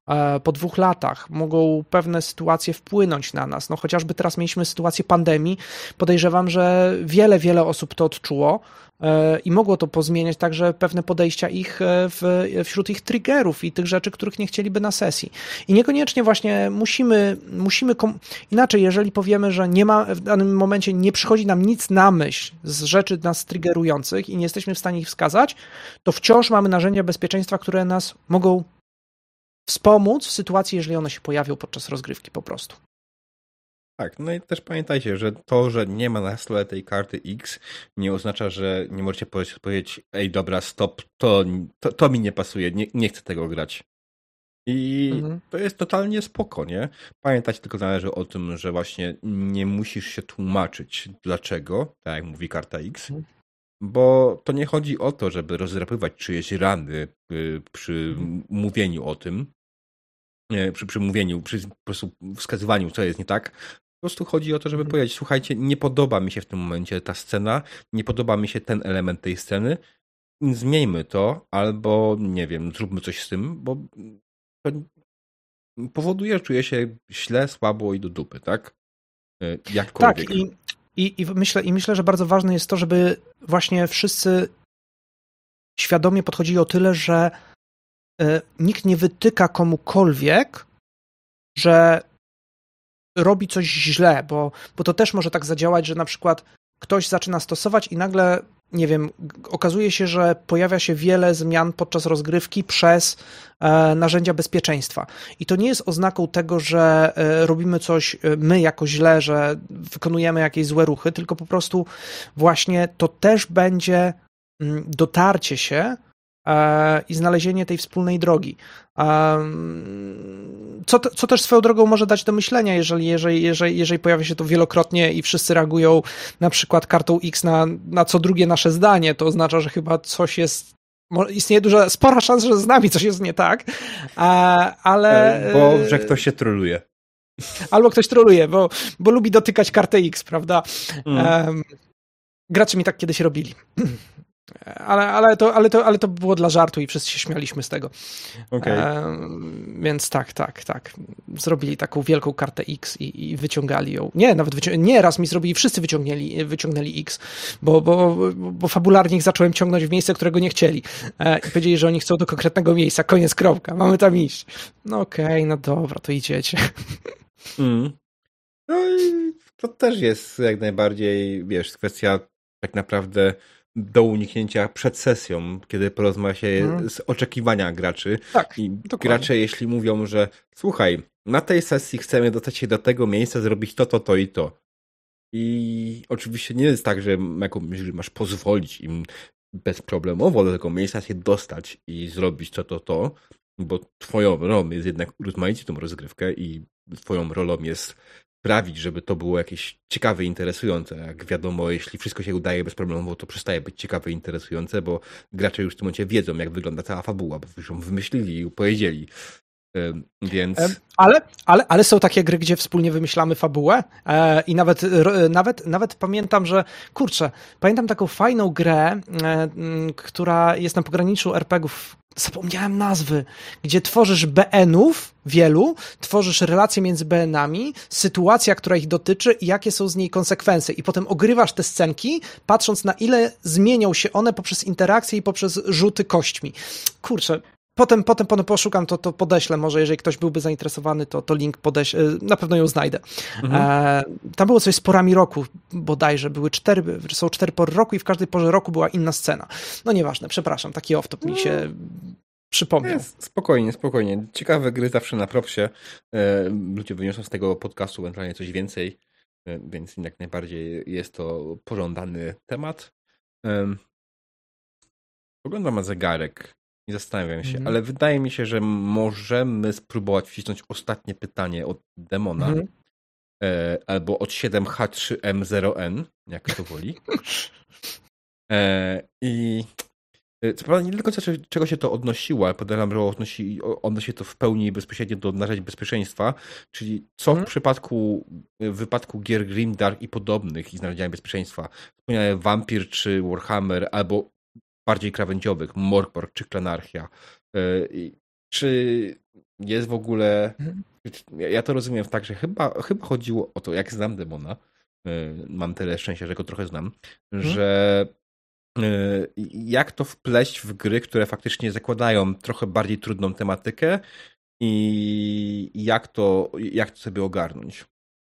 po dwóch latach, mogą pewne sytuacje wpłynąć na nas. No chociażby teraz mieliśmy sytuację pandemii. Podejrzewam, że wiele, wiele osób to odczuło i mogło to pozmieniać także pewne podejścia ich w, wśród ich triggerów i tych rzeczy, których nie chcieliby na sesji. I niekoniecznie właśnie musimy, musimy kom... inaczej, jeżeli powiemy, że nie ma, w danym momencie nie przychodzi nam nic na myśl z rzeczy nas triggerujących i nie jesteśmy w stanie ich wskazać, to wciąż mamy narzędzia bezpieczeństwa, które nas mogą wspomóc w sytuacji, jeżeli one się pojawią podczas rozgrywki po prostu. Tak, no i też pamiętajcie, że to, że nie ma na stole tej karty X, nie oznacza, że nie możecie powiedzieć, ej dobra, stop, to, to, to mi nie pasuje, nie, nie chcę tego grać. I mhm. to jest totalnie spoko, nie? Pamiętać tylko należy o tym, że właśnie nie musisz się tłumaczyć dlaczego, tak jak mówi karta X, mhm. bo to nie chodzi o to, żeby rozdrapywać czyjeś rany przy, przy mhm. mówieniu o tym, przy, przy mówieniu, przy po prostu wskazywaniu, co jest nie tak. Po prostu chodzi o to, żeby mhm. powiedzieć, słuchajcie, nie podoba mi się w tym momencie ta scena, nie podoba mi się ten element tej sceny, zmieńmy to, albo nie wiem, zróbmy coś z tym, bo to powoduje, że czuję się źle, słabo i do dupy, tak? Jakkolwiek. Tak, i, i, i, myślę, i myślę, że bardzo ważne jest to, żeby właśnie wszyscy świadomie podchodzili o tyle, że y, nikt nie wytyka komukolwiek, że robi coś źle, bo, bo to też może tak zadziałać, że na przykład ktoś zaczyna stosować i nagle, nie wiem, okazuje się, że pojawia się wiele zmian podczas rozgrywki przez e, narzędzia bezpieczeństwa. I to nie jest oznaką tego, że e, robimy coś e, my jako źle, że wykonujemy jakieś złe ruchy, tylko po prostu właśnie to też będzie m, dotarcie się e, i znalezienie tej wspólnej drogi. Co, co też swoją drogą może dać do myślenia, jeżeli, jeżeli, jeżeli, jeżeli pojawia się to wielokrotnie i wszyscy reagują na przykład kartą X na, na co drugie nasze zdanie, to oznacza, że chyba coś jest, istnieje duża, spora szansa, że z nami coś jest nie tak, ale... Bo, że ktoś się troluje. Albo ktoś troluje, bo, bo lubi dotykać kartę X, prawda? Mm. Um, gracze mi tak kiedyś robili. Ale, ale, to, ale, to, ale to było dla żartu i wszyscy się śmialiśmy z tego. Okay. E, więc tak, tak, tak. Zrobili taką wielką kartę X i, i wyciągali ją. Nie, nawet wycią- nie raz mi zrobili, wszyscy wyciągnęli, wyciągnęli X, bo, bo, bo fabularnie ich zacząłem ciągnąć w miejsce, którego nie chcieli. E, I powiedzieli, że oni chcą do konkretnego miejsca. Koniec, kropka. Mamy tam iść. No okej, okay, no dobra, to idziecie. Mm. No i to też jest jak najbardziej, wiesz, kwestia tak naprawdę do uniknięcia przed sesją, kiedy porozmawia się hmm. z oczekiwania graczy. Tak, i dokładnie. Gracze, jeśli mówią, że słuchaj, na tej sesji chcemy dostać się do tego miejsca, zrobić to, to, to i to. I oczywiście nie jest tak, że jeżeli masz pozwolić im bezproblemowo do tego miejsca się dostać i zrobić to, to, to, bo twoją rolą jest jednak urozmaicić tą rozgrywkę i twoją rolą jest sprawić, żeby to było jakieś ciekawe i interesujące. Jak wiadomo, jeśli wszystko się udaje bezproblemowo, to przestaje być ciekawe i interesujące, bo gracze już w tym momencie wiedzą, jak wygląda cała fabuła, bo już ją wymyślili i opowiedzieli. Więc... Ale, ale, ale są takie gry, gdzie wspólnie wymyślamy fabułę e, i nawet, nawet, nawet pamiętam, że kurczę, pamiętam taką fajną grę, e, która jest na pograniczu er pe gie ów, zapomniałem nazwy, gdzie tworzysz be enów wielu, tworzysz relacje między be enami, sytuacja, która ich dotyczy i jakie są z niej konsekwencje i potem ogrywasz te scenki, patrząc na ile zmienią się one poprzez interakcje i poprzez rzuty kośćmi. Kurczę, Potem, potem, potem poszukam, to, to podeślę może, jeżeli ktoś byłby zainteresowany, to, to link podeślę, na pewno ją znajdę. Mhm. E, tam było coś z porami roku bodajże, były cztery, są cztery pory roku i w każdej porze roku była inna scena. No nieważne, przepraszam, taki off-top mi się przypomniał. Jest, spokojnie, spokojnie. Ciekawe gry zawsze na propsie. E, ludzie wyniosą z tego podcastu ewentualnie coś więcej, e, więc jak najbardziej jest to pożądany temat. E, oglądam na zegarek. Nie zastanawiam się, mm. ale wydaje mi się, że możemy spróbować wcisnąć ostatnie pytanie od Demona mm. e, albo od siedem ha trzy em zero en, jak to woli. E, I co prawda nie tylko czego się to odnosiło, ale podejrzewam, że odnosi, odnosi to w pełni bezpośrednio do narzędzi bezpieczeństwa, czyli co mm. w przypadku w wypadku gier Grimdark i podobnych i z narzędziami bezpieczeństwa. Wspomniałem Vampir czy Warhammer, albo bardziej krawędziowych, Morkborg czy Klanarchia. czy jest w ogóle... Ja to rozumiem tak, że chyba, chyba chodziło o to, jak znam demona, mam tyle szczęścia, że go trochę znam, hmm. że jak to wpleść w gry, które faktycznie zakładają trochę bardziej trudną tematykę i jak to, jak to sobie ogarnąć.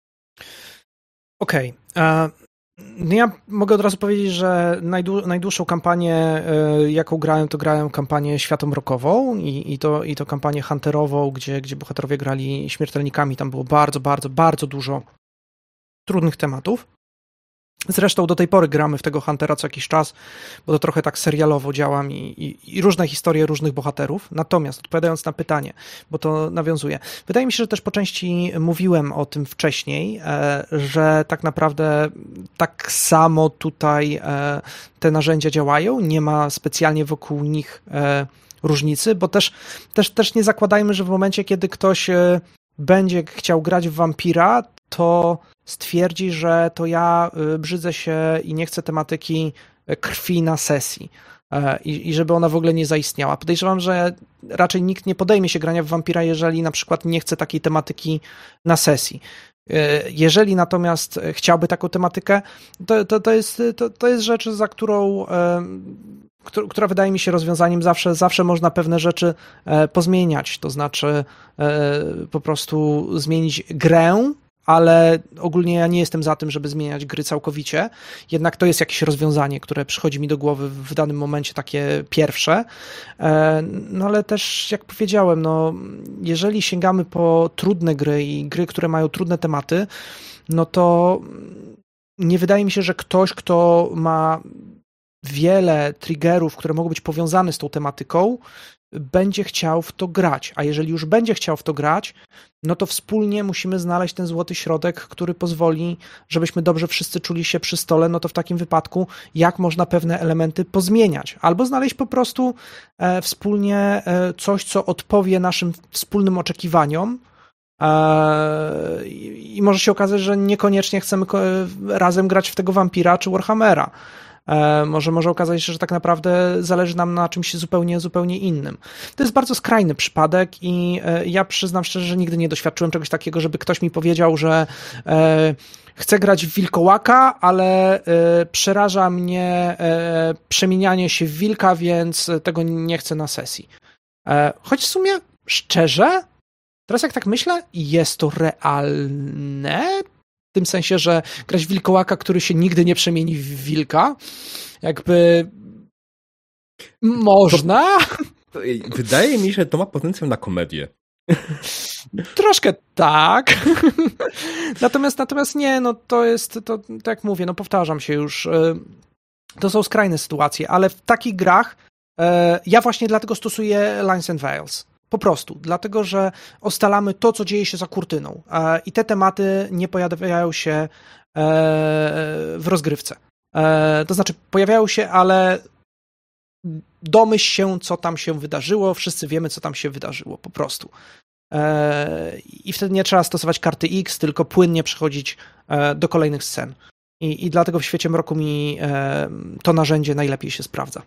Okej. Okay. No ja mogę od razu powiedzieć, że najdłu- najdłuższą kampanię, jaką grałem, to grałem kampanię światom mrokową i, i, to, i to kampanię hunterową, gdzie, gdzie bohaterowie grali śmiertelnikami. Tam było bardzo, bardzo, bardzo dużo trudnych tematów. Zresztą do tej pory gramy w tego Huntera co jakiś czas, bo to trochę tak serialowo działa i, i, i różne historie różnych bohaterów. Natomiast odpowiadając na pytanie, bo to nawiązuje, wydaje mi się, że też po części mówiłem o tym wcześniej, że tak naprawdę tak samo tutaj te narzędzia działają, nie ma specjalnie wokół nich różnicy, bo też, też, też nie zakładajmy, że w momencie, kiedy ktoś będzie chciał grać w wampira, to stwierdzi, że to ja brzydzę się i nie chcę tematyki krwi na sesji i, i żeby ona w ogóle nie zaistniała. Podejrzewam, że raczej nikt nie podejmie się grania w wampira, jeżeli na przykład nie chce takiej tematyki na sesji. Jeżeli natomiast chciałby taką tematykę, to, to, to, jest, to, to jest rzecz, za którą która wydaje mi się rozwiązaniem. Zawsze, zawsze można pewne rzeczy pozmieniać, to znaczy po prostu zmienić grę, ale ogólnie ja nie jestem za tym, żeby zmieniać gry całkowicie, jednak to jest jakieś rozwiązanie, które przychodzi mi do głowy w danym momencie, takie pierwsze, no ale też jak powiedziałem, no jeżeli sięgamy po trudne gry i gry, które mają trudne tematy, no to nie wydaje mi się, że ktoś, kto ma wiele triggerów, które mogą być powiązane z tą tematyką, będzie chciał w to grać, a jeżeli już będzie chciał w to grać, no to wspólnie musimy znaleźć ten złoty środek, który pozwoli, żebyśmy dobrze wszyscy czuli się przy stole, no to w takim wypadku jak można pewne elementy pozmieniać, albo znaleźć po prostu e, wspólnie e, coś, co odpowie naszym wspólnym oczekiwaniom, e, i, i może się okazać, że niekoniecznie chcemy razem grać w tego wampira czy Warhammera. Może, może okazać się, że tak naprawdę zależy nam na czymś zupełnie, zupełnie innym. To jest bardzo skrajny przypadek i ja przyznam szczerze, że nigdy nie doświadczyłem czegoś takiego, żeby ktoś mi powiedział, że e, chcę grać w wilkołaka, ale e, przeraża mnie e, przemienianie się w wilka, więc tego nie chcę na sesji. E, choć w sumie szczerze, teraz jak tak myślę, jest to realne, w tym sensie, że grać wilkołaka, który się nigdy nie przemieni w wilka, jakby można. To, to, wydaje mi się, że to ma potencjał na komedię. Troszkę tak. natomiast, natomiast nie, no to jest, to, tak jak mówię, no powtarzam się już, to są skrajne sytuacje, ale w takich grach ja właśnie dlatego stosuję Lines and Veils. Po prostu, dlatego, że ustalamy to, co dzieje się za kurtyną i te tematy nie pojawiają się w rozgrywce. To znaczy, pojawiają się, ale domyśl się, co tam się wydarzyło, wszyscy wiemy, co tam się wydarzyło, po prostu. I wtedy nie trzeba stosować karty X, tylko płynnie przechodzić do kolejnych scen. I, i dlatego w świecie mroku mi to narzędzie najlepiej się sprawdza.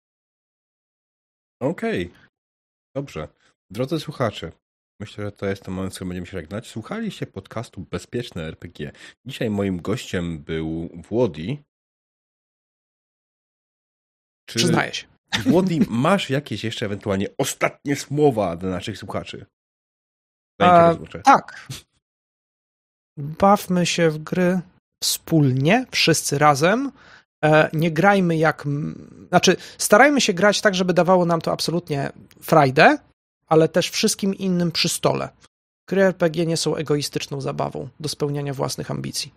Okej, okay. Dobrze. Drodzy słuchacze, myślę, że to jest ten moment, w którym będziemy się żegnać. Słuchaliście podcastu Bezpieczne R P G. Dzisiaj moim gościem był Włodi. Czy Przyznaję się. Włodi, masz jakieś jeszcze ewentualnie ostatnie słowa dla naszych słuchaczy? A, tak. Bawmy się w gry wspólnie, wszyscy razem. Nie grajmy jak... Znaczy, starajmy się grać tak, żeby dawało nam to absolutnie frajdę, ale też wszystkim innym przy stole. Gry R P G nie są egoistyczną zabawą do spełniania własnych ambicji.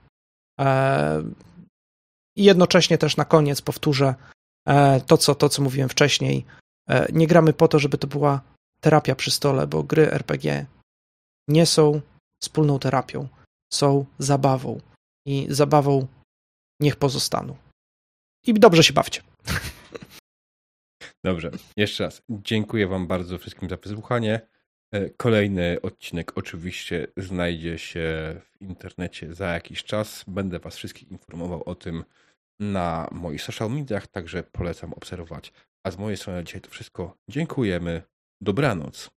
I jednocześnie też na koniec powtórzę to, co, to, co mówiłem wcześniej. Nie gramy po to, żeby to była terapia przy stole, bo gry R P G nie są wspólną terapią. Są zabawą. I zabawą niech pozostaną. I dobrze się bawcie. Dobrze, jeszcze raz dziękuję wam bardzo wszystkim za wysłuchanie. Kolejny odcinek oczywiście znajdzie się w internecie za jakiś czas. Będę was wszystkich informował o tym na moich social mediach, także polecam obserwować. A z mojej strony dzisiaj to wszystko. Dziękujemy. Dobranoc.